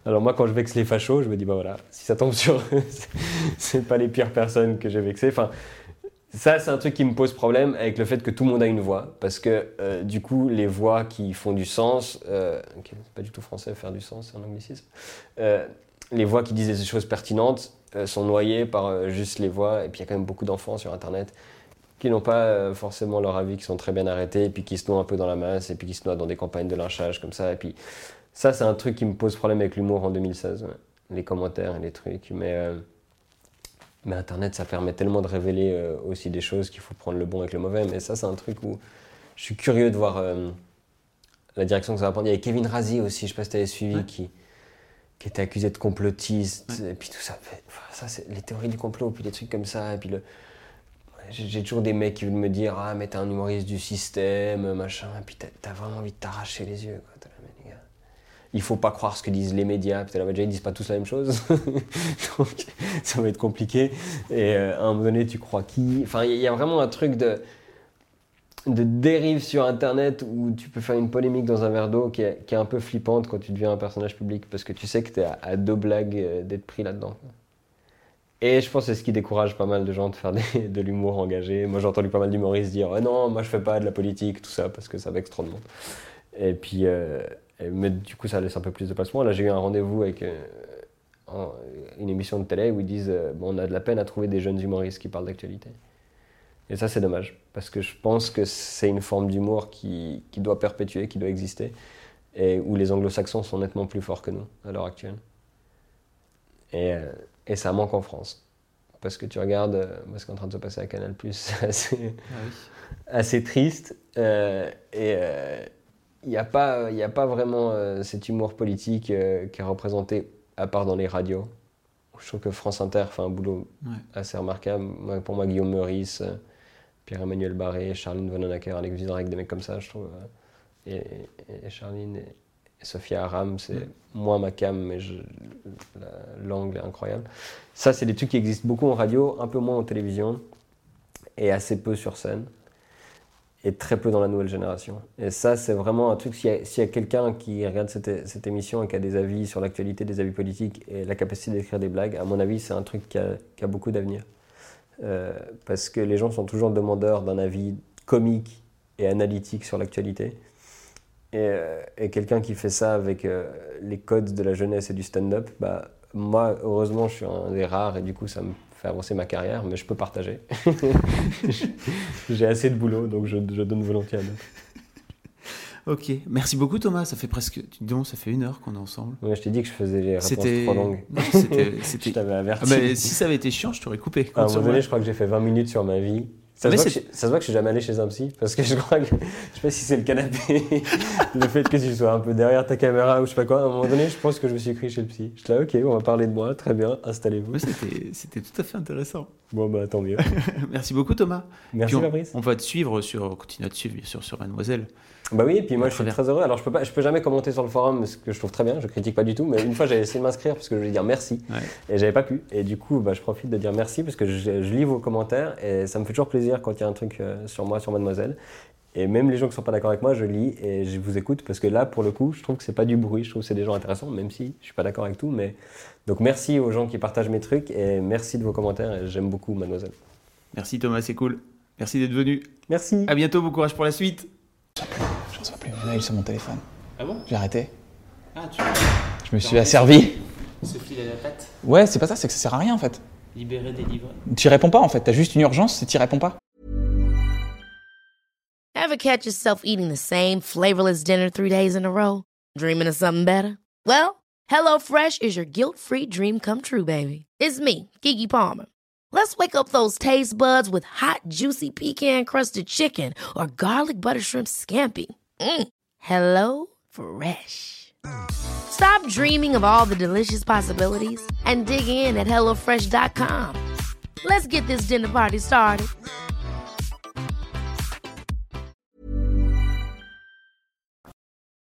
Alors moi, quand je vexe les fachos, je me dis, bah voilà, si ça tombe sur eux, c'est pas les pires personnes que j'ai vexées. Enfin, ça, c'est un truc qui me pose problème avec le fait que tout le monde a une voix. Parce que du coup, les voix qui font du sens, okay, c'est pas du tout français, faire du sens, c'est un anglicisme. Les voix qui disent des choses pertinentes sont noyées par juste les voix. Et puis il y a quand même beaucoup d'enfants sur Internet qui n'ont pas forcément leur avis, qui sont très bien arrêtés, et puis qui se noient un peu dans la masse, et puis qui se noient dans des campagnes de lynchage comme ça. Et puis ça, c'est un truc qui me pose problème avec l'humour en 2016, ouais. Les commentaires et les trucs. Mais Internet, ça permet tellement de révéler aussi des choses qu'il faut prendre le bon avec le mauvais. Mais ça, c'est un truc où je suis curieux de voir la direction que ça va prendre. Il y avait Kevin Razi aussi, je ne sais pas si tu avais suivi, qui était accusé de complotiste, et puis tout ça. Ça, c'est les théories du complot, puis des trucs comme ça, et puis j'ai toujours des mecs qui veulent me dire « Ah, mais t'es un humoriste du système, machin », et puis t'as vraiment envie de t'arracher les yeux, quoi. T'es là, mais les gars, il faut pas croire ce que disent les médias, puis t'es là, déjà ils disent pas tous la même chose, donc ça va être compliqué, et à un moment donné, tu crois qui ? Enfin, il y a vraiment un truc de dérive sur Internet où tu peux faire une polémique dans un verre d'eau qui est un peu flippante quand tu deviens un personnage public, parce que tu sais que t'es à 2 blagues d'être pris là-dedans, quoi. Et je pense que c'est ce qui décourage pas mal de gens de faire de l'humour engagé. Moi, j'ai entendu pas mal d'humoristes dire « Non, moi, je fais pas de la politique, tout ça, parce que ça vexe trop de monde. » Et puis, mais du coup, ça laisse un peu plus de placement. Là, j'ai eu un rendez-vous avec une émission de télé où ils disent on a de la peine à trouver des jeunes humoristes qui parlent d'actualité. Et ça, c'est dommage, parce que je pense que c'est une forme d'humour qui doit perpétuer, qui doit exister, et où les anglo-saxons sont nettement plus forts que nous, à l'heure actuelle. Et ça manque en France. Parce que tu regardes ce qui est en train de se passer à Canal+, c'est assez triste. Il n'y a pas vraiment cet humour politique qui est représenté, à part dans les radios. Je trouve que France Inter fait un boulot assez remarquable. Pour moi, Guillaume Meurice, Pierre-Emmanuel Barré, Charline Vanhoenacker, Alex Vizorek, des mecs comme ça, je trouve. Et Charline et Sophia Aram, c'est moins ma cam, mais l'angle est incroyable. Ça, c'est des trucs qui existent beaucoup en radio, un peu moins en télévision, et assez peu sur scène, et très peu dans la nouvelle génération. Et ça, c'est vraiment un truc, s'il y a quelqu'un qui regarde cette émission et qui a des avis sur l'actualité, des avis politiques, et la capacité d'écrire des blagues, à mon avis, c'est un truc qui a beaucoup d'avenir. Parce que les gens sont toujours demandeurs d'un avis comique et analytique sur l'actualité. Et quelqu'un qui fait ça avec les codes de la jeunesse et du stand-up, bah, moi, heureusement, je suis un des rares et du coup, ça me fait avancer ma carrière, mais je peux partager. J'ai assez de boulot, donc je donne volontiers à d'autres. Ok, merci beaucoup Thomas, ça fait presque, ça fait 1 heure qu'on est ensemble. Ouais, je t'ai dit que je faisais les réponses trop longues. Non, c'était... Je t'avais averti. Ah bah, si ça avait été chiant, je t'aurais coupé. À un moment donné, je crois que j'ai fait 20 minutes sur ma vie. Ça se voit que je suis jamais allé chez un psy, parce que je crois que, je sais pas si c'est le canapé, le fait que tu sois un peu derrière ta caméra ou je sais pas quoi, à un moment donné, je pense que je me suis écrit chez le psy. Je suis là, ok, on va parler de moi, très bien, installez-vous. Ouais, c'était tout à fait intéressant. Bon, bah tant mieux. Merci beaucoup Thomas. Merci Fabrice. On va te suivre continue à te suivre bien sûr sur Mademoiselle. Bah oui, et puis moi je suis très heureux. Alors je peux jamais commenter sur le forum, ce que je trouve très bien, je critique pas du tout, mais une fois j'avais essayé de m'inscrire parce que je voulais dire merci, et j'avais pas pu. Et du coup, je profite de dire merci parce que je lis vos commentaires et ça me fait toujours plaisir quand il y a un truc sur moi, sur Mademoiselle. Et même les gens qui sont pas d'accord avec moi, je lis et je vous écoute parce que là, pour le coup, je trouve que c'est pas du bruit, je trouve que c'est des gens intéressants, même si je suis pas d'accord avec tout. Mais donc merci aux gens qui partagent mes trucs et merci de vos commentaires et j'aime beaucoup Mademoiselle. Merci Thomas, c'est cool. Merci d'être venu. Merci. À bientôt, bon courage pour la suite. Je reçois plus mes mails sur mon téléphone. Ah bon ? J'ai arrêté. Ah, tu Je me suis asservi. se filer la patte, Ouais, c'est pas ça, c'est que ça sert à rien en fait. libérer, délivrer. Tu réponds pas en fait, t'as juste une urgence et t'y réponds pas. Ever catch yourself eating the same flavorless dinner 3 days in a row? Dreaming of something better? Well, HelloFresh is your guilt-free dream come true, baby. It's me, Keke Palmer. Let's wake up those taste buds with hot, juicy pecan-crusted chicken or garlic butter shrimp scampi. Hello Fresh. Stop dreaming of all the delicious possibilities and dig in at HelloFresh.com. Let's get this dinner party started.